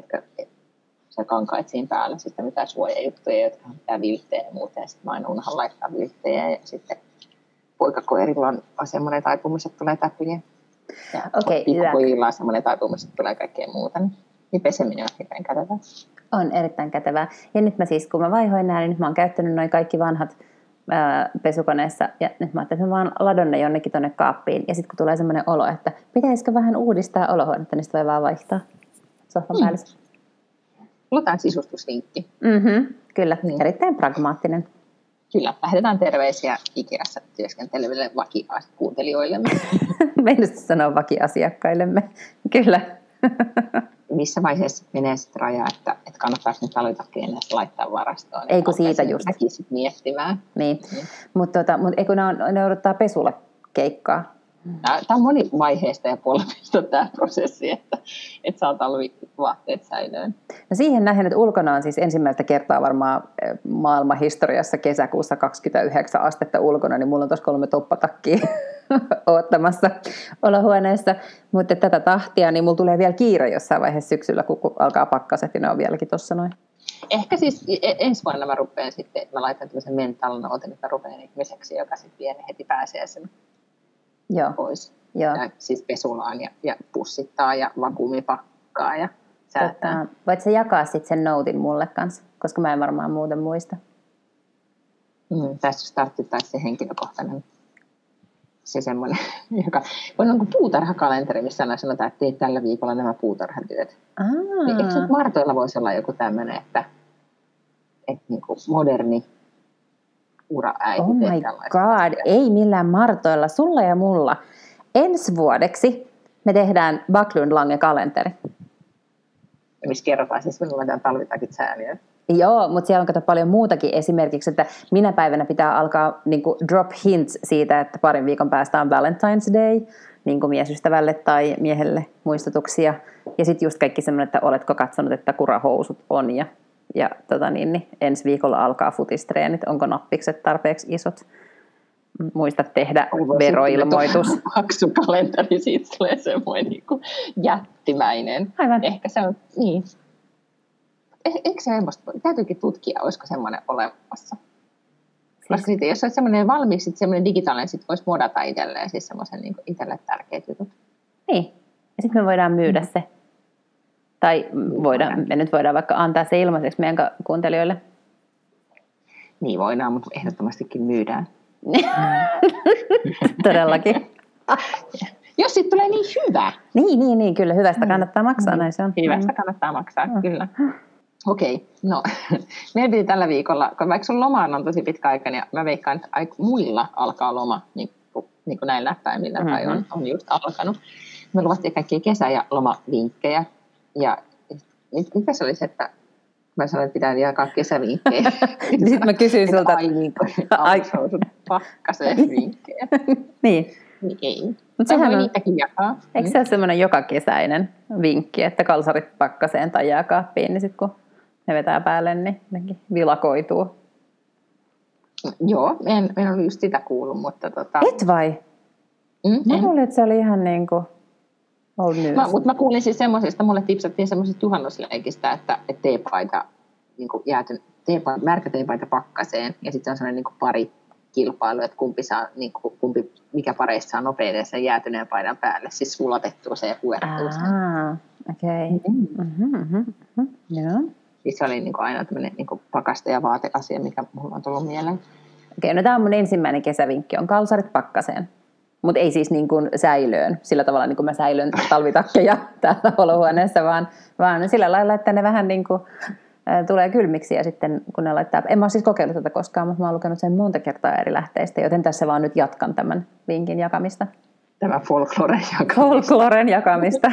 sä kankaat siinä päällä, siis mitään suojajuttuja, jotka on mitään vilttejä ja muuta. Ja sitten mä aina unohan laittaa vilttejä ja sitten poikakoirilla on semmoinen taipumus, että tulee täpyjä. Ja pikkupojilla on semmoinen taipumus, että tulee kaikkea muuta. Niin peseminen on hirveän kätevää. On erittäin kätevää. Ja nyt mä siis, kun mä vaihoin nämä, niin nyt mä oon käyttänyt noin kaikki vanhat pesukoneessa, ja nyt mä ajattelin, että mä vaan ladon ne jonnekin tonne kaappiin, ja sitten kun tulee semmoinen olo, että pitäisikö vähän uudistaa olohuonetta, niin sitä voi vaan vaihtaa sohvan päälle. Luotaan sisustusvinkki. Kyllä, erittäin pragmaattinen. Kyllä, lähetetään terveisiä Ikeassa työskenteleville vakikuuntelijoillemme. Meidän sanoa vakiasiakkaillemme, kyllä. Missä vaiheessa menee sitten raja, että kannattaisi nyt talvitakkien laittaa varastoon? Ei kun siitä just. Väkisit miettimään. Niin, mutta eikö ne odottaa pesulle keikkaa? Tämä on monivaiheista ja polvista tämä prosessi, että saa talvivaatteet säilöön. No siihen nähden, että ulkona on siis ensimmäistä kertaa varmaan maailman historiassa kesäkuussa 29 astetta ulkona, niin mulla on tuossa 3 toppatakkia oottamassa olohuoneessa. Mutta tätä tahtia, niin mulla tulee vielä kiire jossain vaiheessa syksyllä, kun alkaa pakkaset, ja ne on vieläkin tuossa noin. Ehkä siis ensi vuonna mä rupean sitten, mä laitan tämmöisen mental noten, että mä rupean ihmiseksi, joka sitten heti pääsee sen pois. Joo. Ja siis pesulaan ja pussittaa ja vakuumipakkaa ja säätää. Voit sä jakaa sitten sen notin mulle kanssa, koska mä en varmaan muuten muista. Tästä starttittaisi se henkilökohtainen. Se semmoinen, joka on niin kuin puutarhakalenteri, missä sanotaan, että teet tällä viikolla nämä puutarhatyöt. Niin eikö se Martoilla voisi olla joku tämmöinen, että niin kuin moderni uraäiti? Oh my god, ei millään Martoilla, sulla ja mulla. Ensi vuodeksi me tehdään Backlund Lange-kalenteri. Missä kerrotaan siis, kun me talvitakit sääliöön. Joo, mutta siellä on kato paljon muutakin. Esimerkiksi, että minä päivänä pitää alkaa niin kuin drop hints siitä, että parin viikon päästä on Valentine's Day, niin kuin miesystävälle tai miehelle muistutuksia. Ja sitten just kaikki semmoinen, että oletko katsonut, että kurahousut on. Ja ensi viikolla alkaa futistreenit. Onko nappikset tarpeeksi isot? Muista tehdä veroilmoitus. Paksu kalenteri, siitä tulee semmoinen niin kuin jättimäinen. Aivan. Ehkä se on, niin. Eikö se täytyykin tutkia, olisiko semmoinen olemassa? Koska sitten, jos olisi semmoinen valmiiksi, semmoinen digitaalinen, sitten voisi modata itselleen, siis semmoisen niin itselle tärkeät jutut. Niin, ja sitten me voidaan myydä se. Tai me nyt voidaan vaikka antaa se ilmaiseksi meidän kuuntelijoille. Niin voidaan, mutta ehdottomastikin myydään. Todellakin. Jos siitä tulee niin hyvä. Niin, kyllä. Hyvästä kannattaa maksaa, näin se on. Hyvästä kannattaa maksaa, kyllä. Okei, no meidän piti tällä viikolla, kun vaikka sun loma on tosi pitkä aika, niin mä veikkaan, että muilla alkaa loma, niin kuin näin näppäimillä, tai on just alkanut. Me luvattiin kaikkia kesä- ja lomavinkkejä, ja mikä se olisi, että mä sanoin, että pitää jakaa kesävinkkejä. Sitten mä kysyin sulta. Aikausut pakkaseen vinkkejä. Niin. Ei. Mutta sehän on, niitäkin jakaa. eikö se ole semmoinen jokakesäinen vinkki, että kalsarit pakkaseen tai jääkaappiin, niin sitten kun ne vetää päälle, niin nekin vilakoituu. Joo, en ole just sitä kuullut, mutta Et vai? Mä luulin, että se oli ihan niin kuin old news. Mutta mä kuulin siis semmoisesta, mulle tipsattiin semmoisesta juhannusleikistä, että teepaita, niin märkä teepaita pakkaseen, ja sitten se on semmoinen niin pari kilpailu, että mikä pareista saa nopeiten sen jäätyneen paidan päälle, siis sulatettua se ja puertuu sen. Okei. Joo. Siis se oli niin kuin aina tämmöinen niin kuin pakaste- ja vaateasia, mikä mulla on tullut mieleen. Okei, no tämä on mun ensimmäinen kesävinkki, on kalsarit pakkaseen. Mutta ei siis niin kuin säilöön, sillä tavalla niin kuin mä säilön talvitakkeja täällä olohuoneessa, vaan sillä lailla, että ne vähän niin kuin tulee kylmiksi ja sitten kun ne laittaa, en mä ole siis kokeillut tätä koskaan, mutta mä oon lukenut sen monta kertaa eri lähteistä, joten tässä vaan nyt jatkan tämän vinkin jakamista. Tämä folkloren jakamista.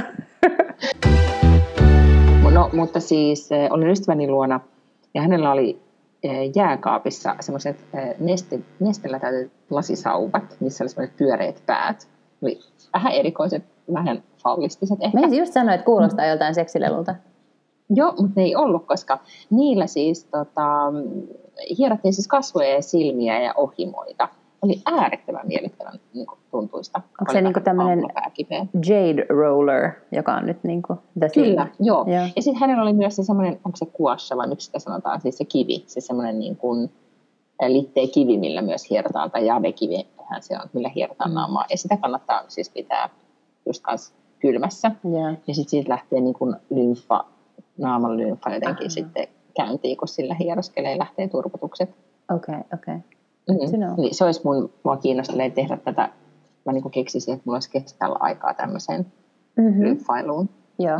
No, mutta siis olin ystäväni luona ja hänellä oli jääkaapissa semmoiset nestellä täytetyt lasisauvat, missä oli semmoiset pyöreät päät. Oli vähän erikoiset, vähän fallistiset ehkä. Mä just sanoin, että kuulostaa joltain seksilelulta. Joo, mutta ne ei ollut, koska niillä siis hierottiin siis kasvoja ja silmiä ja ohimoita. Oli äärettömän miellyttävän niin tuntuista. Onko se niinku tämmöinen jade roller, joka on nyt niinku the thing? Kyllä, joo. Ja sitten hänellä oli myös se semmoinen, onko se kuassa vai miksi sitä sanotaan, siis se kivi, se semmoinen niin kuin litteä kivi, millä myös hierotaan, tai javekivi, se on, millä hierotaan naamaa. Ja sitä kannattaa siis pitää just kanssa kylmässä. Ja sitten siitä lähtee niin kuin naaman lymfa jotenkin sitten käyntiin, kun sillä hieroskelee lähtee turvotukset. Okei. Niin, se olisi mua kiinnostelee tehdä tätä. Mä niin kuin keksisin, että mulla olisi keställä aikaa tämmöiseen lymfailuun. Joo.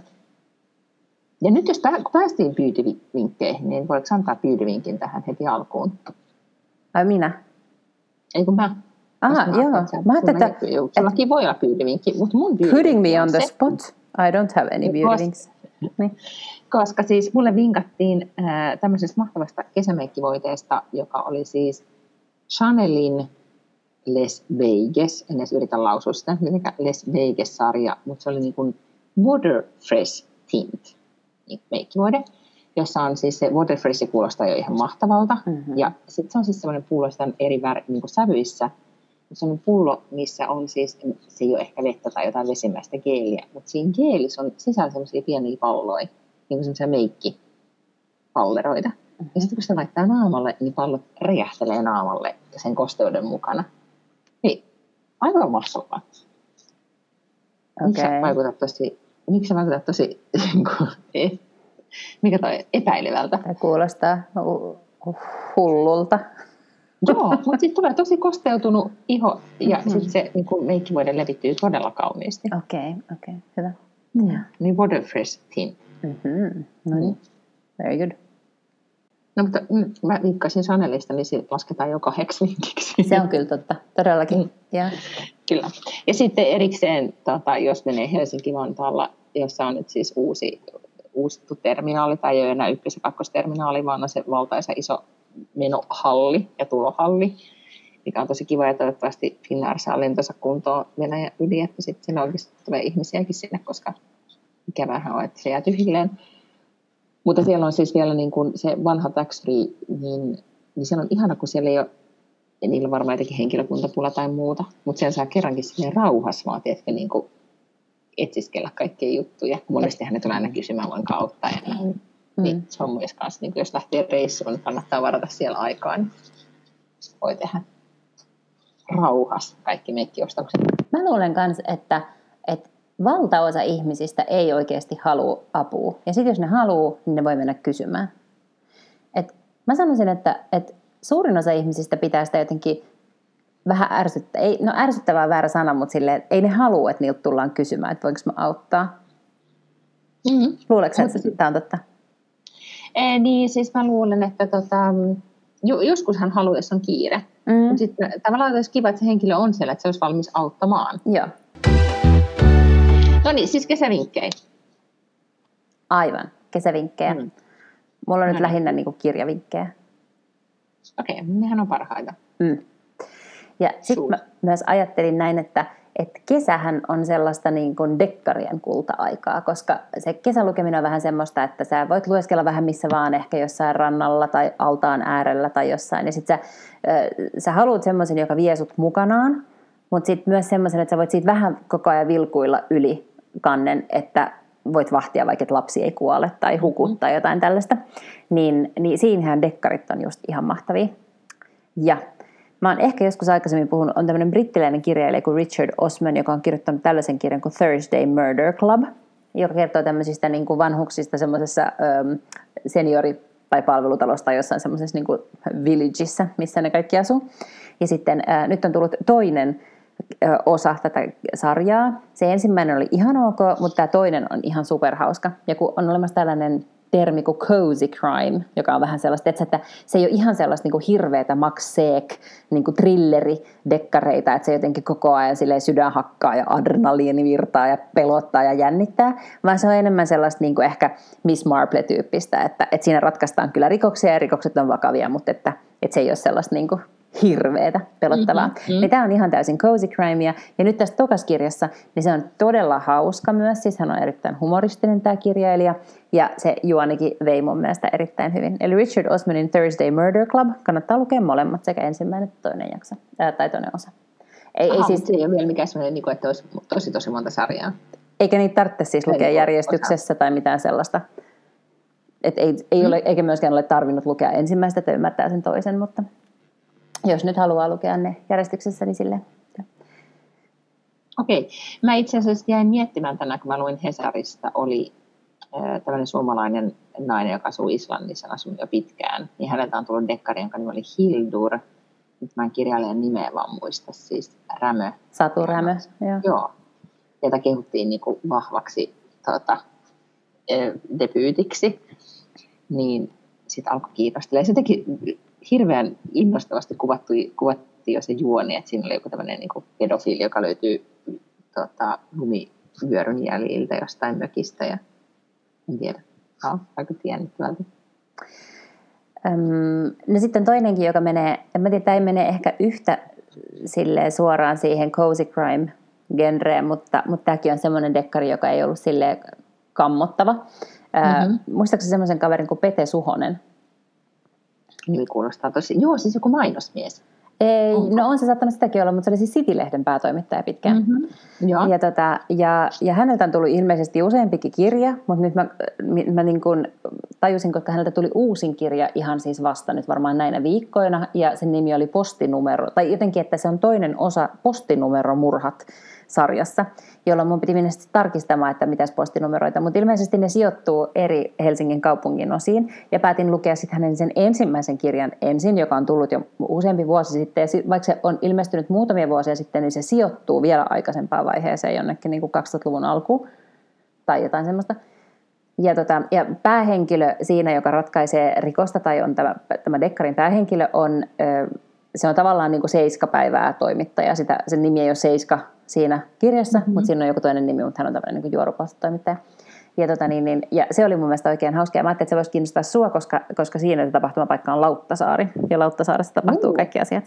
Ja nyt jos päästiin pyydivinkkeihin, niin voiko antaa pyydivinkin tähän heti alkuun? Ai minä? Ei kun mä. Joo. Mä ajattelin, että sullakin voi olla pyydivinkki, mutta mun pyydivinkki putting me on the spot. I don't have any pyydivinks. Niin. Koska siis mulle vinkattiin tämmöisestä mahtavasta kesämeikkivoiteesta, joka oli siis Chanelin Les Vegas, en edes yritä lausua sitä, mitenkään Les Vegas-sarja, mutta se oli niin kuin Water Fresh Tint meikkivoide, jossa on siis se Water Fresh kuulostaa jo ihan mahtavalta, ja sitten se on siis semmoinen pullo, sitä on eri niin kuin sävyissä, se on pullo, missä on siis, se ei ole ehkä vettä tai jotain vesimäistä geeliä, mutta siinä geelissä on sisällä semmoisia pieniä palloja, niin kuin semmoisia meikkipalleroita. Ja sitten kun sitä laittaa naamalle, niin pallot räjähtelee naamalle sen kosteuden mukana. Niin, aivan mahtavaa. Miksi sä vaikutat tosi mikä toi, epäilevältä? Tämä kuulostaa hullulta. Joo, mutta sitten tulee tosi kosteutunut iho ja sitten se niin meikkivoide levittyy todella kauniisti. Okei, hyvä. Niin Water Fresh Tint. Very good. No mutta mä vinkkasin Chanelista, niin se lasketaan jo 8 vinkiksi. Se on kyllä totta, todellakin. Kyllä. Ja sitten erikseen, jos menee Helsinki-Vantaalla, jossa on nyt siis uusittu terminaali, tai ei ole enää 1- ja 2-terminaali, vaan on se valtaisa iso menohalli ja tulohalli, mikä on tosi kiva, ja toivottavasti Finnair saa lentonsa kuntoon Venäjän yli, että sitten sinne oikeasti tulee ihmisiäkin sinne, koska ikävähän on, että se jää tyhjilleen. Mutta siellä on siis vielä niin kuin se vanha tax-free, niin siellä on ihana, kun siellä ei ole, ja niillä on varmaan jotenkin henkilökuntapula tai muuta, mutta siellä saa kerrankin silleen rauhassa vaan, tiedätkö, niin kuin etsiskellä kaikkia juttuja. Monestihan ne tulee aina kysymään voin kautta. Ja niin se on myös kanssa, niin jos lähtee reissuun, niin kannattaa varata siellä aikaa, niin voi tehdä rauhassa kaikki meikkiostokset. Mä luulen myös, että valtaosa ihmisistä ei oikeasti halua apua. Ja sitten jos ne haluaa, niin ne voi mennä kysymään. Mä sanoisin, että suurin osa ihmisistä pitää sitä jotenkin vähän ärsyttävää väärä sana, mutta silleen, ei ne halua, että niiltä tullaan kysymään, että voinko mä auttaa. Mm-hmm. Luuletko, että tämä on totta? Niin, siis mä luulen, että joskushan haluaa, jos on kiire. Mutta sitten tavallaan olisi kiva, että se henkilö on siellä, että se olisi valmis auttamaan. Joo. No niin, siis kesävinkkejä. Aivan, kesävinkkejä. Mulla on nyt lähinnä niin kuin kirjavinkkejä. Okei, nehän on parhaita. Ja sitten mä myös ajattelin näin, että kesähän on sellaista niin kuin dekkarien kulta-aikaa, koska se kesälukeminen on vähän semmoista, että sä voit lueskella vähän missä vaan, ehkä jossain rannalla tai altaan äärellä tai jossain. Ja sitten sä haluat semmoisen, joka vie sut mukanaan, mutta sitten myös semmoisen, että sä voit siitä vähän koko ajan vilkuilla yli kannen, että voit vahtia vaikka, että lapsi ei kuole tai huku tai jotain tällaista. Niin siinähän dekkarit on just ihan mahtavia. Ja mä oon ehkä joskus aikaisemmin puhunut, on tämmöinen brittiläinen kirjailija kuin Richard Osman, joka on kirjoittanut tällaisen kirjan kuin Thursday Murder Club, joka kertoo tämmöisistä niin kuin vanhuksista semmoisessa seniori- tai palvelutalossa tai jossain semmoisessa niin kuin villageissa, missä ne kaikki asuu. Ja sitten nyt on tullut toinen osa tätä sarjaa. Se ensimmäinen oli ihan ok, mutta tämä toinen on ihan superhauska. Ja kun on olemassa tällainen termi kuin cozy crime, joka on vähän sellaista, että se ei ole ihan sellaista niin kuin hirveätä Max Seek, niin kuin thrilleri-dekkareita, että se jotenkin koko ajan sydän hakkaa ja adrenaliini virtaa ja pelottaa ja jännittää, vaan se on enemmän sellaista niin kuin ehkä Miss Marple-tyyppistä, että siinä ratkaistaan kyllä rikoksia ja rikokset on vakavia, mutta että se ei ole sellaista niin kuin hirveätä, pelottavaa. Niin tämä on ihan täysin cozy crimea. Ja nyt tässä tokaskirjassa, niin se on todella hauska myös. Siis hän on erittäin humoristinen tämä kirjailija. Ja se juonikin vei mun mielestä erittäin hyvin. Eli Richard Osmanin Thursday Murder Club. Kannattaa lukea molemmat, sekä ensimmäinen että toinen jakso. Tai toinen osa. Ei siis se ei ole vielä mikään sellainen, että olisi tosi monta sarjaa. Eikä niitä tarvitse siis lukea järjestyksessä tai mitään sellaista. Ei ole, eikä myöskään ole tarvinnut lukea ensimmäistä, että ymmärtää sen toisen, mutta jos nyt haluaa lukea ne järjestyksessä, niin silleen. Okei. Mä itse asiassa jäin miettimään tänään, kun mä luin Hesarista, oli tämmöinen suomalainen nainen, joka asuu Islannissa, asui jo pitkään. Niin häneltä on tullut dekkari, jonka nimi oli Hildur. Nyt mä en kirjailijan nimeä vaan muista, siis Rämö. Satu Rämö, joo. Jota kehuttiin niin kuin vahvaksi debyytiksi. Niin sitten alkoi kiinnostella. Ja se teki hirveän innostavasti kuvattiin jo se juoni, että siinä oli joku tämmöinen niin pedofiili, joka löytyy lumivyöryn jäljiltä jostain mökistä. Ja en tiedä, aika jännittävältä. No sitten toinenkin, joka menee, en tiedä, tämä ei mene ehkä yhtä silleen suoraan siihen cozy crime genreen, mutta tämäkin on semmoinen dekkari, joka ei ollut silleen kammottava. Muistaakseni semmoisen kaverin kuin Pete Suhonen? Nimi kuulostaa tosi. Joo, siis joku mainosmies. Ei, no on se saattanut sitäkin olla, mutta se oli siis City-lehden päätoimittaja pitkään. Ja häneltä on tullut ilmeisesti useampikin kirja, mutta nyt mä niin kuin tajusin, koska häneltä tuli uusin kirja ihan siis vasta nyt varmaan näinä viikkoina, ja sen nimi oli Postinumero, tai jotenkin, että se on toinen osa Postinumeromurhat sarjassa, jolloin mun piti mennä tarkistamaan, että mitäs postinumeroita, mutta ilmeisesti ne sijoittuu eri Helsingin kaupungin osiin, ja päätin lukea sitten hänen sen ensimmäisen kirjan ensin, joka on tullut jo useampi vuosi sitten, ja vaikka se on ilmestynyt muutamia vuosia sitten, niin se sijoittuu vielä aikaisempaan vaiheeseen, jonnekin niin kuin 2000-luvun alkuun, tai jotain semmoista. Ja päähenkilö siinä, joka ratkaisee rikosta, tai on tämä dekkarin päähenkilö, se on tavallaan niin kuin Seiska-päivää toimittaja. Sen nimi ei ole Seiska siinä kirjassa, mutta siinä on joku toinen nimi, mutta hän on tämmöinen niin juorupalstatoimittaja. Ja se oli mun mielestä oikein hauska. Ja mä ajattelin, että se voisi kiinnostaa sua, koska siinä tapahtumapaikka on Lauttasaari. Ja Lauttasaaressa tapahtuu kaikki asiat.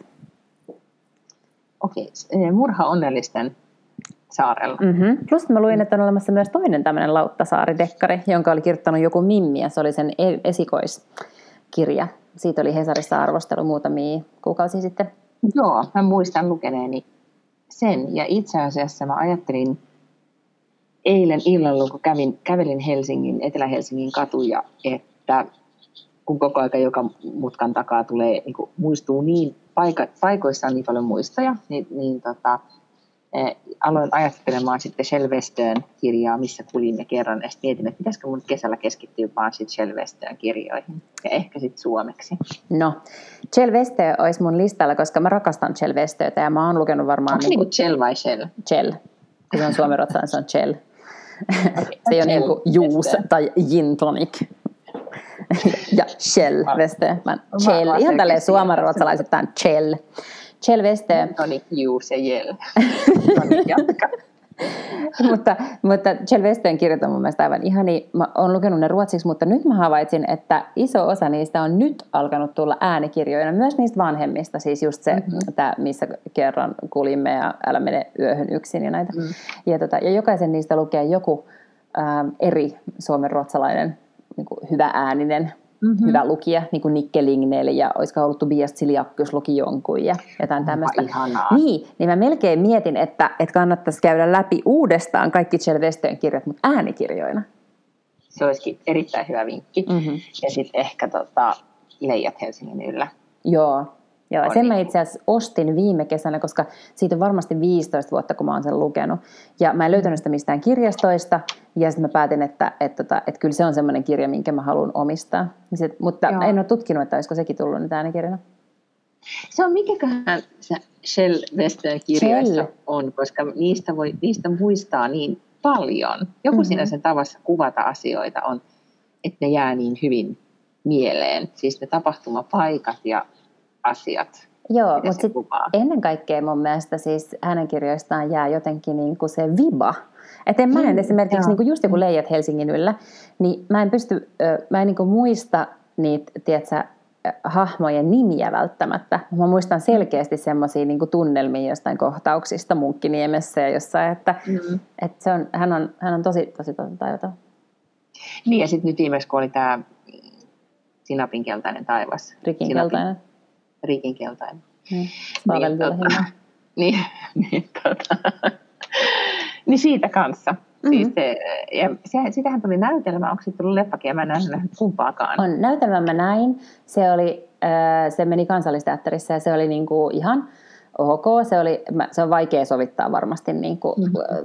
Okei, murha onnellisten saarella. Plus mä luin, että on olemassa myös toinen tämmöinen Lauttasaari-dekkari, jonka oli kirjoittanut joku Mimmi, ja se oli sen esikoiskirja. Siitä oli Hesarissa arvostelu muutamia kuukausia sitten. Joo, mä muistan lukeneeni sen. Ja itse asiassa mä ajattelin eilen illalla, kun kävelin Etelä-Helsingin katuja, että kun koko ajan joka mutkan takaa tulee, niin muistuu niin, paikoissa on niin paljon muistoja, niin aloin ajattelemaan sitten Shelvestön kirjaa, missä kulimme kerran, ja sitten mietin, että pitäisikö mun kesällä keskittyä vaan sitten Shelvestön kirjoihin, ja ehkä sitten suomeksi. No, Shelvestö olisi mun listalla, koska mä rakastan Shelvestötä, ja mä oon lukenut varmaan... Onko niinku Shell vai Shell? Shell. Kun se on suomenruotsalainen, se on Shell. Okay, se ei ole niin kuin juus tai gin tonic. ja Shell Vestö. Shell. Ihan tälleen suomenruotsalaisittain Shell. Shell Vestö. Gin tonic, juus ja jell. Jatka. mutta Shell Vestön kirjat on mun mielestä aivan ihani. Mä oon lukenut ne ruotsiksi, mutta nyt mä havaitsin, että iso osa niistä on nyt alkanut tulla äänikirjoina, myös niistä vanhemmista, siis just se, missä kerran kulimme ja älä mene yöhön yksin ja näitä. Ja jokaisen niistä lukee joku eri suomenruotsalainen niin kuin hyvä ääninen, hyvä lukija, niin kuin Nikke Lignell ja olisiko ollut Tobias Ziliakkys luki jonkun ja jotain tämmöistä. Niin mä melkein mietin, että kannattaisi käydä läpi uudestaan kaikki Shell Vestön kirjat, mutta äänikirjoina. Se olisikin erittäin hyvä vinkki. Ja sitten ehkä Leijat Helsingin yllä. Joo, sen mä itse asiassa ostin viime kesänä, koska siitä on varmasti 15 vuotta, kun mä oon sen lukenut. Ja mä en löytänyt sitä mistään kirjastoista, ja sitten mä päätin, että kyllä se on semmoinen kirja, minkä mä haluan omistaa. Mutta en ole tutkinut, että olisiko sekin tullut nyt äänikirjana. Se on mikäköhän se Shell Vestön kirjoissa on, koska niistä muistaa niin paljon. Joku siinä sen tavassa kuvata asioita on, että ne jää niin hyvin mieleen. Siis ne tapahtumapaikat ja asiat. Joo, mutta sitten ennen kaikkea mun mielestä siis hänen kirjoistaan jää jotenkin niinku se viba. Että mä en esimerkiksi niinku just joku Leijat Helsingin yllä, niin mä en niinku muista niitä, tiedätkö, hahmojen nimiä välttämättä. Mä muistan selkeästi semmoisia niinku tunnelmia jostain kohtauksista Munkkiniemessä ja jossain, että hän on tosi taitava. Niin ja sitten nyt viimeksi, kun oli tämä Sinapin keltainen taivas. Rikin keltainen. Niin siitä kanssa. Siis siitähän tuli näytelmä, onko siitä tullut leffakin, mä en nähnyt kumpaakaan. On, näytelmän mä näin, se meni Kansallisteatterissa ja se oli niinku ihan ok, se on vaikea sovittaa varmasti niinku,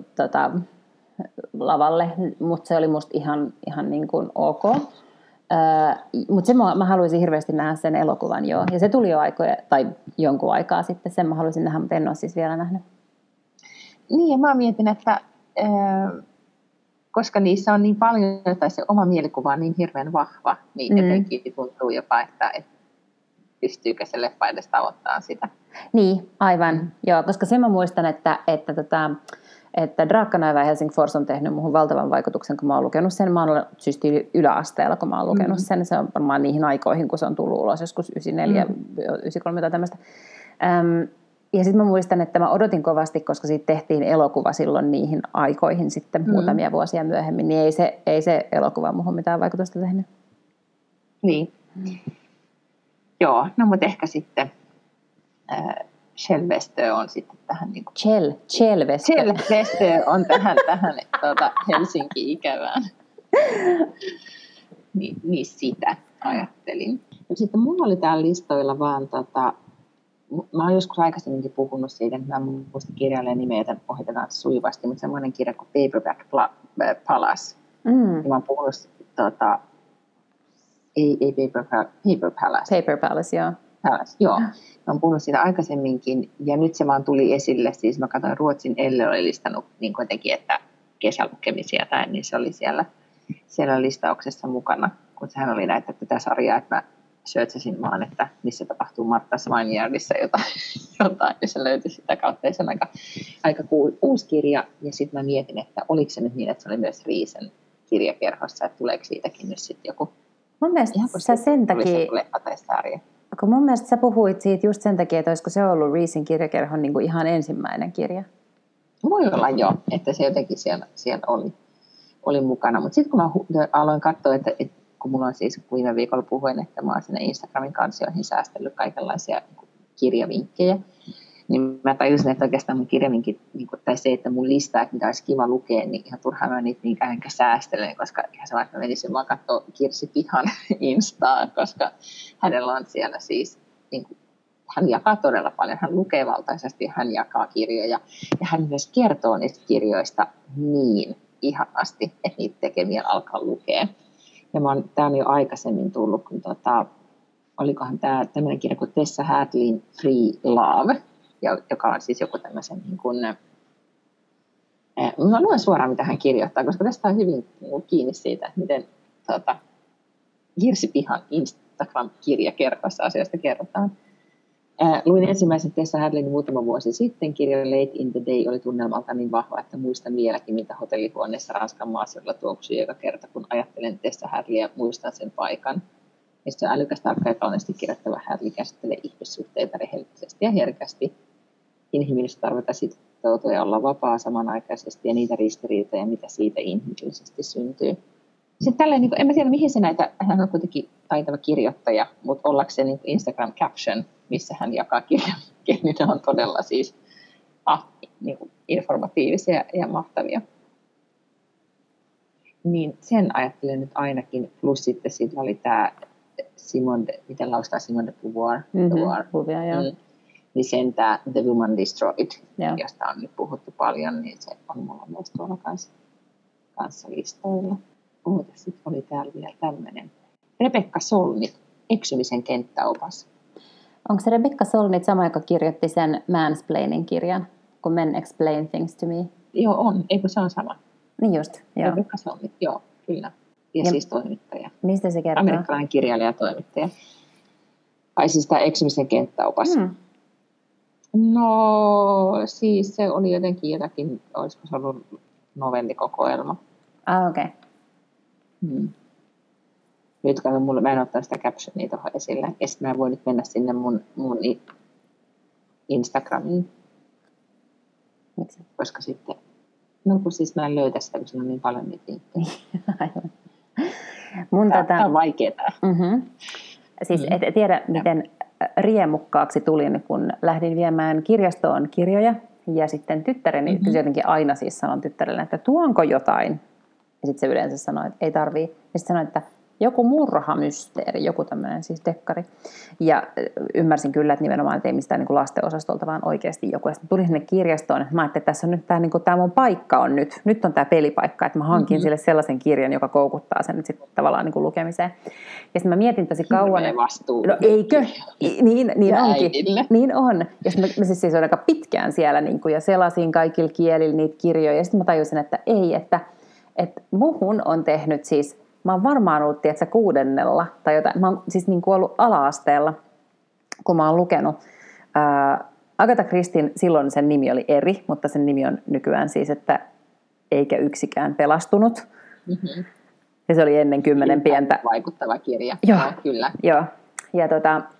lavalle, mutta se oli musta ihan niinku ok. Mutta mä haluaisin hirveästi nähdä sen elokuvan joo. Ja se tuli jo jonkun aikaa sitten, sen mä haluaisin nähdä, mutta en ole siis vielä nähnyt. Niin ja mä mietin, että koska niissä on niin paljon, tai se oma mielikuva on niin hirveän vahva, niin jotenkin tuntuu jopa, että pystyykö se leffa edes tavoittamaan sitä. Niin, aivan. Joo, koska sen mä muistan, että Draakkanaiva ja Helsingfors on tehnyt muuhun valtavan vaikutuksen, kun mä oon lukenut sen. Mä oon ollut siis yläasteella, kun mä oon lukenut sen. Se on varmaan niihin aikoihin, kun se on tullut ulos, joskus 94, 93 tai tämmöistä. Ja sitten mä muistan, että mä odotin kovasti, koska siitä tehtiin elokuva silloin niihin aikoihin sitten muutamia vuosia myöhemmin. Niin ei se elokuva muuhun mitään vaikutusta tehnyt. Niin. Joo, no mutta ehkä sitten... Shell Vestö on sitten tähän niin kuin... Shell Vestö on tähän Helsinki-ikävään. niin sitä ajattelin. Ja sitten mulla oli täällä listoilla vaan mä oon joskus aikaisemminkin puhunut siitä, että mä en muista kirjailijan nimeä, jota ohjatetaan sujuvasti, mutta semmoinen kirja kuin Paperback Palace. Ja mä oon puhunut ei Paper Palace. Paper Palace, joo. Joo, mä oon puhunut siitä aikaisemminkin ja nyt se vaan tuli esille, siis mä katsoin Ruotsin Elle oli listannut niin kuitenkin, että kesälukemisia tai niin se oli siellä listauksessa mukana, kun sehän oli näitä tätä sarjaa, että mä searchasin vaan, että missä tapahtuu Martha Svanjärvissä jotain, ja se löytyi sitä kautta, ja se on aika uusi kirja, ja sitten mä mietin, että oliko se nyt niin, että se oli myös Riisen kirjakerhossa, että tuleeko siitäkin nyt sitten joku, mun mielestä sä sen takia, leffa tai sarja. Kun mun mielestä sä puhuit siitä just sen takia, että olisiko se ollut Riisin kirjakerhon niin kuin ihan ensimmäinen kirja? Voi olla jo, että se jotenkin siellä oli mukana. Mutta sitten kun mä aloin katsoa, että kun mulla on siis viime viikolla puhuin, että mä oon sinne Instagramin kansioihin säästellyt kaikenlaisia kirjavinkkejä, niin mä tajusin, että oikeastaan mun kirjavinkki, tai se, että mun listaa, että mitä olisi kiva lukea, niin ihan turhaan mä niitä niinkään säästelen, koska ihan se vaikka menisin vaan katsoa Kirsi Pihan Instaa, koska hänellä on siellä siis niin kuin hän jakaa todella paljon, hän lukee valtaisesti, hän jakaa kirjoja ja hän myös kertoo niistä kirjoista niin ihanasti, että niitä tekemiä alkaa lukea. Ja tämä on jo aikaisemmin tullut, kun olikohan tämä tämmöinen kirja kuin Tessa Hadleyn Free Love, joka on siis joku tämmöisen niin kuin, mä luen suoraan, mitä hän kirjoittaa, koska tästä on hyvin kiinni siitä, että miten Hirsipihan Instagram-kirjakerhossa asioista kerrotaan. Luin ensimmäisen Tessa Hadleyn muutama vuosi sitten. Kirja Late in the Day oli tunnelmalta niin vahva, että muistan vieläkin, mitä hotellihuoneessa Ranskan maaseudulla tuoksui joka kerta, kun ajattelen Tessa Hadleyä, muistan sen paikan. Ja se on älykäs, tarkka ja kauniisti kirjoittava. Hadley käsittelee ihmissuhteita rehellisesti ja herkästi. Inhimillistä tarvita sitoutua ja olla vapaa samanaikaisesti ja niitä ristiriitoja, mitä siitä inhimillisesti syntyy. Sitten tälleen, niin kuin, en mä tiedä, mihin se näitä, hän on kuitenkin taitava kirjoittaja, mutta ollakseen niin Instagram caption, missä hän jakaa kirjoja, niin ne on todella siis niin kuin informatiivisia ja mahtavia. Niin sen ajattelen nyt ainakin, plus sitten siitä oli tämä miten laustaa Simone de Beauvoir, niin sen tämä The Woman Destroyed, josta on nyt puhuttu paljon, niin se on mulla myös tuolla kanssa listoilla. Sitten oli täällä vielä tämmöinen. Rebekka Solnit, eksymisen kenttäopas. Onko se Rebekka Solnit sama, joka kirjoitti sen Mansplaining-kirjan, kun Men Explain Things to Me? Joo, on. Eikö se on sama? Niin just, joo. Rebekka Solnit, joo, kyllä. Ja siis toimittaja. Mistä se kertoo? Amerikkalainen kirjailija ja toimittaja. Ai siis tämä eksymisen kenttäopas. No, siis se oli jotenkin, olisiko se ollut novellikokoelma. Okei. Nyt mä en ottanut sitä captionia tuohon esille. Ja sitten mä voin nyt mennä sinne mun Instagramiin. Miksi? Koska sitten, no kun siis mä en löytä sitä, kun siinä on niin paljon niitä linkkejä. Tämä on vaikeaa. Siis et tiedä, miten riemukkaaksi tulin, kun lähdin viemään kirjastoon kirjoja. Ja sitten tyttäreni, jotenkin aina siis sanon tyttärelle, että tuonko jotain. Ja sitten se yleensä sanoi, että ei tarvii. Ja sitten sanoi, että joku murhamysteeri, joku tämmöinen siis dekkari. Ja ymmärsin kyllä, että nimenomaan että ei mistään niin kuin lastenosastolta, vaan oikeasti joku. Ja sitten tulin sinne kirjastoon, että mä ajattelin, että tässä on nyt tämä, niin kuin, tämä mun paikka on nyt. Nyt on tämä pelipaikka, että mä hankin sille sellaisen kirjan, joka koukuttaa sen nyt sitten tavallaan niin kuin lukemiseen. Ja sitten mä mietin tosi kauan. Vastuu. No eikö? Niin onkin. Niin on. Ja sitten mä siis olin aika pitkään siellä niin kuin, ja selasin kaikilla kielillä niitä kirjoja. Ja sitten mä tajusin, että ei, että muhun on tehnyt siis, mä oon varmaan ollut, tiedätkö, 6. tai jotain. Mä oon siis niin kuin ollut ala-asteella, kun mä oon lukenut. Agatha Christien, silloin sen nimi oli eri, mutta sen nimi on nykyään siis, että eikä yksikään pelastunut. Ja se oli ennen 10 pientä. Vaikuttava kirja. Joo, kyllä. Joo. Ja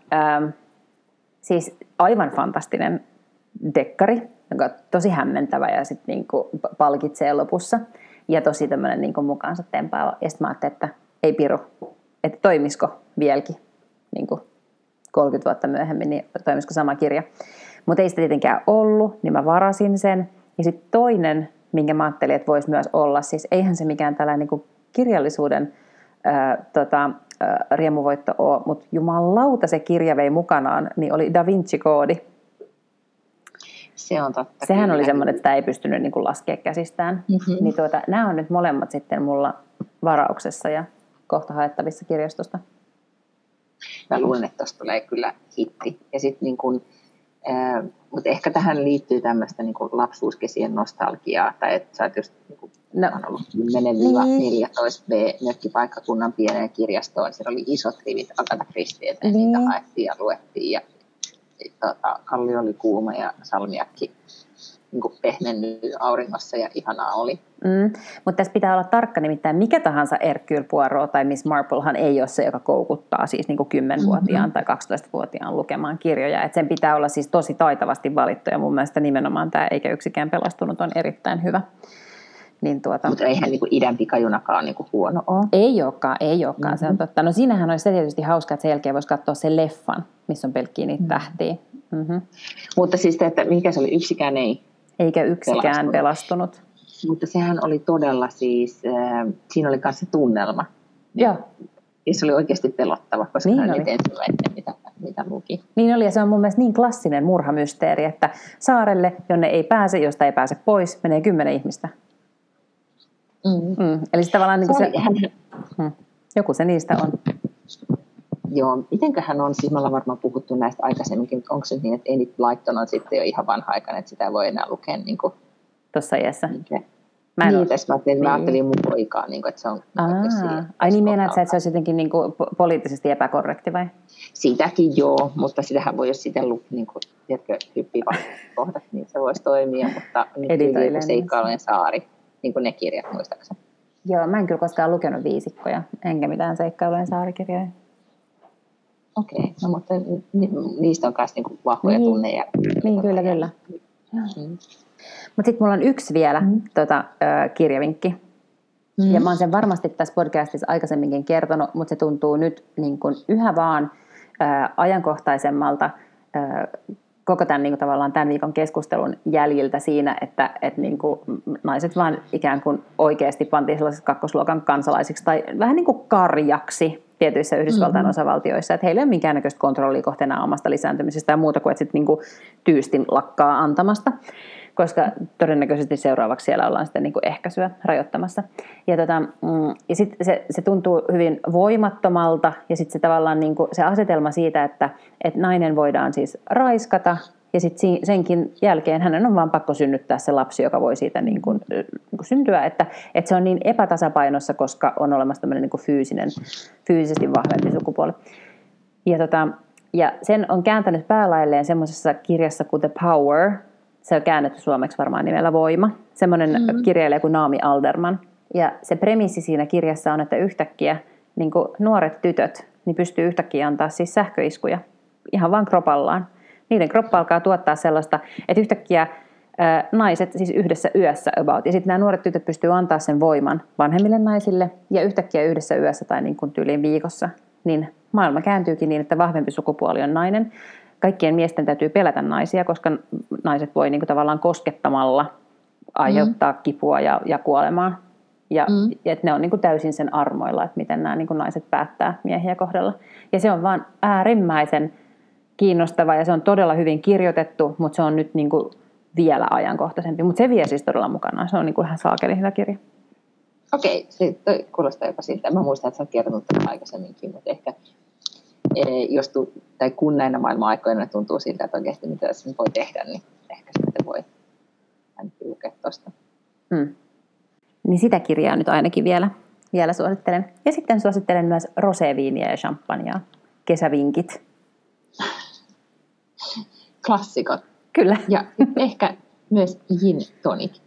siis aivan fantastinen dekkari, joka on tosi hämmentävä ja sitten niinku palkitsee lopussa. Ja tosi tämmöinen niinku mukaansa tempaava. Ja sitten mä ajattelin, että ei piru, että toimisiko vieläkin niinku 30 vuotta myöhemmin, niin toimisiko sama kirja. Mutta ei sitä tietenkään ollut, niin mä varasin sen. Ja sitten toinen, minkä mä ajattelin, että voisi myös olla, siis eihän se mikään tällainen niinku kirjallisuuden riemuvoitto ole, mutta jumalauta se kirja vei mukanaan, niin oli Da Vinci-koodi. Se on totta. Sehän oli semmoinen, että sitä ei pystynyt niin kuin laskea käsistään. Niin nämä on nyt molemmat sitten mulla varauksessa ja kohta haettavissa kirjastosta. Mä luulen, että tuosta tulee kyllä hitti. Ja sit niin kun, mutta ehkä tähän liittyy tämmöistä niin kuin lapsuuskesien nostalgiaa, tai että sä oot just niin kuin, on ollut 10-14 mökkipaikkakunnan pieneen kirjastoon. Siellä oli isot rivit Agatha Christietä, ja niitä haettiin ja luettiin. Ja kalli oli kuuma ja salmiakki niin kuin pehmennyt auringossa ja ihanaa oli. Mutta tässä pitää olla tarkka, nimittäin mikä tahansa Hercule Poirot tai Miss Marplehan ei ole se, joka koukuttaa siis niin kuin 10-vuotiaan tai 12-vuotiaan lukemaan kirjoja. Et sen pitää olla siis tosi taitavasti valittu ja mun mielestä nimenomaan tämä Eikä yksikään pelastunut on erittäin hyvä. Niin mutta eihän niin kuin idän pikajunakaan niin kuin huono ole. Ei olekaan, se on totta. No siinähän olisi tietysti hauska, että sen jälkeen voisi katsoa sen leffan, missä on pelkkiä niitä tähtiä. Mutta siis, että mikä se oli, yksikään ei Eikä yksikään pelastunut. Mutta sehän oli todella siis, siinä oli myös se tunnelma. Joo. Ja se oli oikeasti pelottava, koska niin hän oli ensimmäinen, mitä luki. Niin oli, ja se on mun mielestä niin klassinen murhamysteeri, että saarelle, jonne ei pääse, josta ei pääse pois, menee 10 ihmistä. Eli se tavallaan niin joku se niistä on. Joo, mitenköhän on, siis me ollaan varmaan puhuttu näistä aikaisemminkin, onko se niin, että Enid Blyton on sitten jo ihan vanha-aikainen, että sitä ei voi enää lukea niin kuin tuossa iässä. Mä ajattelin mun poikaa, niin että se on... Ai niin meinaat sä, että se olisi jotenkin niin kuin poliittisesti epäkorrekti vai? Siitäkin joo, mutta sitähän voi, jos sitten niin hyppivä kohdat, niin se voisi toimia, mutta nyt Seikkailujen saari, niin kuin ne kirjat muistaakseni. Joo, mä en kyllä koskaan lukenut viisikkoja, enkä mitään Seikkailujen saarikirjoja. Okei, no mutta niistä on myös niinku vahvoja tunneja. Niin, kyllä. Mutta sitten mulla on yksi vielä kirjavinkki. Ja mä oon sen varmasti tässä podcastissa aikaisemminkin kertonut, mutta se tuntuu nyt niin kuin yhä vaan ajankohtaisemmalta koko tämän, niin kuin tavallaan tämän viikon keskustelun jäljiltä siinä, että niin kuin naiset vaan ikään kuin oikeasti pantiin sellaisiksi kakkosluokan kansalaisiksi tai vähän niin kuin karjaksi tietyissä Yhdysvaltain osavaltioissa, että heillä ei ole minkäännäköistä kontrollia kohteena omasta lisääntymisestä ja muuta kuin, että sitten niin kuin tyystin lakkaa antamasta, koska todennäköisesti seuraavaksi siellä ollaan sitten niin kuin ehkäisyä rajoittamassa. Ja sitten se tuntuu hyvin voimattomalta ja sitten se tavallaan niin kuin se asetelma siitä, että nainen voidaan siis raiskata ja sitten senkin jälkeen hänen on vaan pakko synnyttää se lapsi, joka voi siitä niin kuin syntyä, että se on niin epätasapainossa, koska on olemassa tämmöinen niin kuin fyysisesti vahvempi sukupuoli. Ja sen on kääntänyt päälailleen semmoisessa kirjassa kuin The Power. Se on käännetty suomeksi varmaan nimellä Voima. Semmoinen kirjailija kuin Naomi Alderman. Ja se premissi siinä kirjassa on, että yhtäkkiä niin kuin nuoret tytöt niin pystyy yhtäkkiä antaa siis sähköiskuja ihan vaan kropallaan. Niiden kroppa alkaa tuottaa sellaista, että yhtäkkiä naiset siis yhdessä yössä about. Ja sitten nämä nuoret tytöt pystyy antaa sen voiman vanhemmille naisille. Ja yhtäkkiä yhdessä yössä tai niin kuin tyyliin viikossa, niin maailma kääntyykin niin, että vahvempi sukupuoli on nainen. Kaikkien miesten täytyy pelätä naisia, koska naiset voi niin kuin tavallaan koskettamalla aiheuttaa kipua ja kuolemaa. Ja että ne on niin kuin täysin sen armoilla, että miten nämä niin kuin naiset päättää miehiä kohdalla. Ja se on vaan äärimmäisen kiinnostava ja se on todella hyvin kirjoitettu, mutta se on nyt niin kuin vielä ajankohtaisempi. Mutta se vie siis todella mukanaan. Se on niin kuin ihan saakelin hyvä kirja. Okei, se kuulostaa jopa siltä. Mä muistan, että sä oot kertonut tämän aikaisemminkin, mutta ehkä tai kun näinä maailman-aikoina tuntuu siltä, että oikeasti mitä tässä voi tehdä, niin ehkä sitten voi ainakin lukea tuosta. Niin sitä kirjaa nyt ainakin vielä suosittelen. Ja sitten suosittelen myös roséviiniä ja champagnea. Kesävinkit. Klassikot. Kyllä. Ja ehkä myös gin tonic.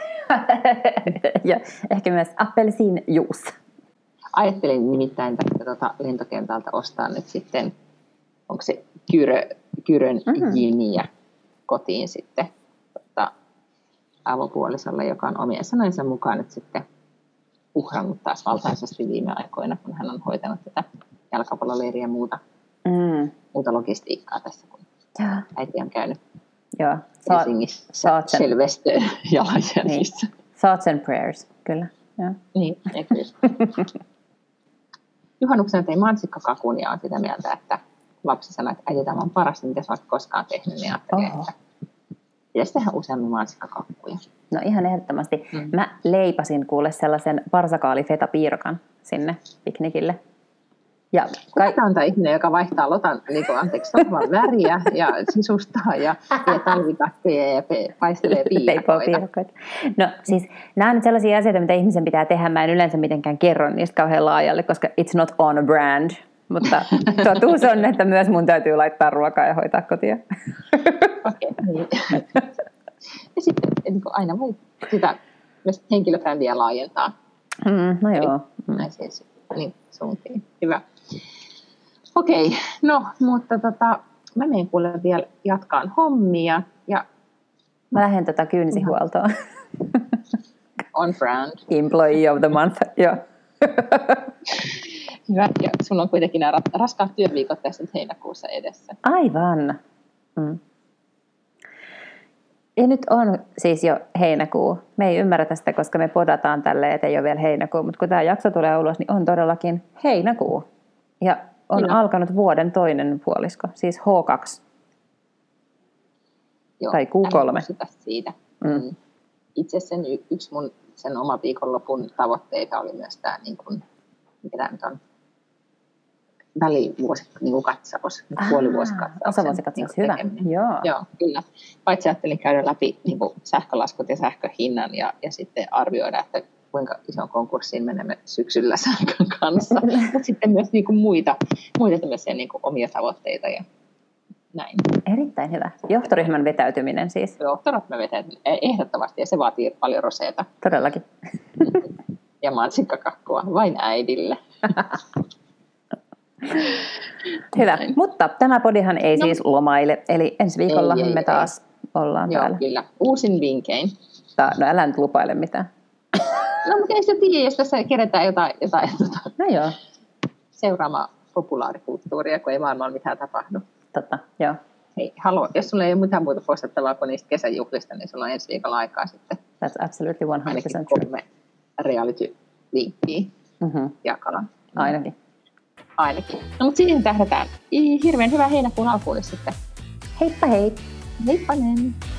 Ja ehkä myös appelsiinjuus. Ajattelin nimittäin tästä lentokentältä ostaa nyt sitten, onko se Kyrön giniä kotiin sitten avopuolisolle, joka on omien sanojensa mukaan nyt sitten uhrannut taas valtaisesti viime aikoina, kun hän on hoitanut tätä jalkapalloleiriä ja muuta logistiikkaa tässä, kun äiti on käynyt Helsingissä Selvestön jalanjäljissä. Niin. Thoughts and prayers, kyllä. Ja. Niin, kyllä. Juhannuksena tein mansikkakakun ja on sitä mieltä, että lapsi sanoi, että äiti tämä on parasta, mitä sä olet koskaan tehnyt, niin ajattelin, että pitäisi tehdä useammin mansikkakakkuja. No ihan ehdottomasti. Mä leipasin kuule sellaisen parsakaali-feta-piirakan sinne piknikille. Kuka on tämä ihminen, joka vaihtaa lotan sohvan väriä ja sisustaa ja talvitakkeja ja paistelee piirakoita? No siis nämä on nyt sellaisia asioita, mitä ihmisen pitää tehdä. Mä en yleensä mitenkään kerro niistä kauhean laajalle, koska it's not on a brand. Mutta totuus on, että myös mun täytyy laittaa ruokaa ja hoitaa kotia. Okei, niin. Ja sitten niin aina voi sitä myös henkilöbrändiä laajentaa. No joo. Niin suuntiin. Hyvä. Okei, no, mutta mä menen kuule vielä jatkaan hommia. Ja mä lähden kyynisihuoltoon. On brand. Employee of the month, joo. Hyvä, ja sulla on kuitenkin nämä raskaat työviikot tässä heinäkuussa edessä. Aivan. Ja nyt on siis jo heinäkuu. Me ei ymmärrä sitä, koska me podataan tälleen, että ei ole vielä heinäkuu. Mutta kun tämä jakso tulee ulos, niin on todellakin heinäkuu. Ja on Kyllä. alkanut vuoden toinen puolisko, siis H2 Joo, tai Q3. Sitä siitä. Mm. Itse sen yksi mun sen oma viikonlopun tavoitteita oli myös tämä, niin kuin, mikä tämä nyt on, välivuosi, niin kuin katsaus, puolivuosikatsaus. Osavuosikatsaus, niin hyvä. Joo, kyllä. Paitsi ajattelin käydä läpi niin kuin sähkölaskut ja sähköhinnan ja sitten arvioida, että kuinka ison konkurssiin menemme syksyllä sähkön kanssa. Mutta sitten myös niin kuin muita tämmöisiä niin kuin omia tavoitteita ja näin. Erittäin hyvä. Johtoryhmän vetäytyminen siis. Johtoryhmän vetäytyminen ehdottomasti ja se vaatii paljon roseita. Todellakin. Ja mansikkakakkua vain äidille. Hyvä, mutta tämä podihan ei siis lomaile, eli ensi viikolla me taas ollaan Joo, täällä. kyllä. Uusin vinkein. No älä nyt lupaile mitään. No mutta ei sitä tiedä, jos tässä kerätään jotain No joo, seuraamaan populaarikulttuuria, kun ei maailmalla mitään tapahdu. totta, joo. Hei, jos sulla ei ole mitään muuta postattavaa kuin niistä kesäjuhlista, niin sulla on ensi viikolla aikaa sitten That's absolutely 100% ainakin true. 3 reality-linkkiä jakaa. Ainakin. No mutta siihen tähdätään. Hirveän hyvää heinäkuun alkuun sitten. Heippa hei! Heippanen!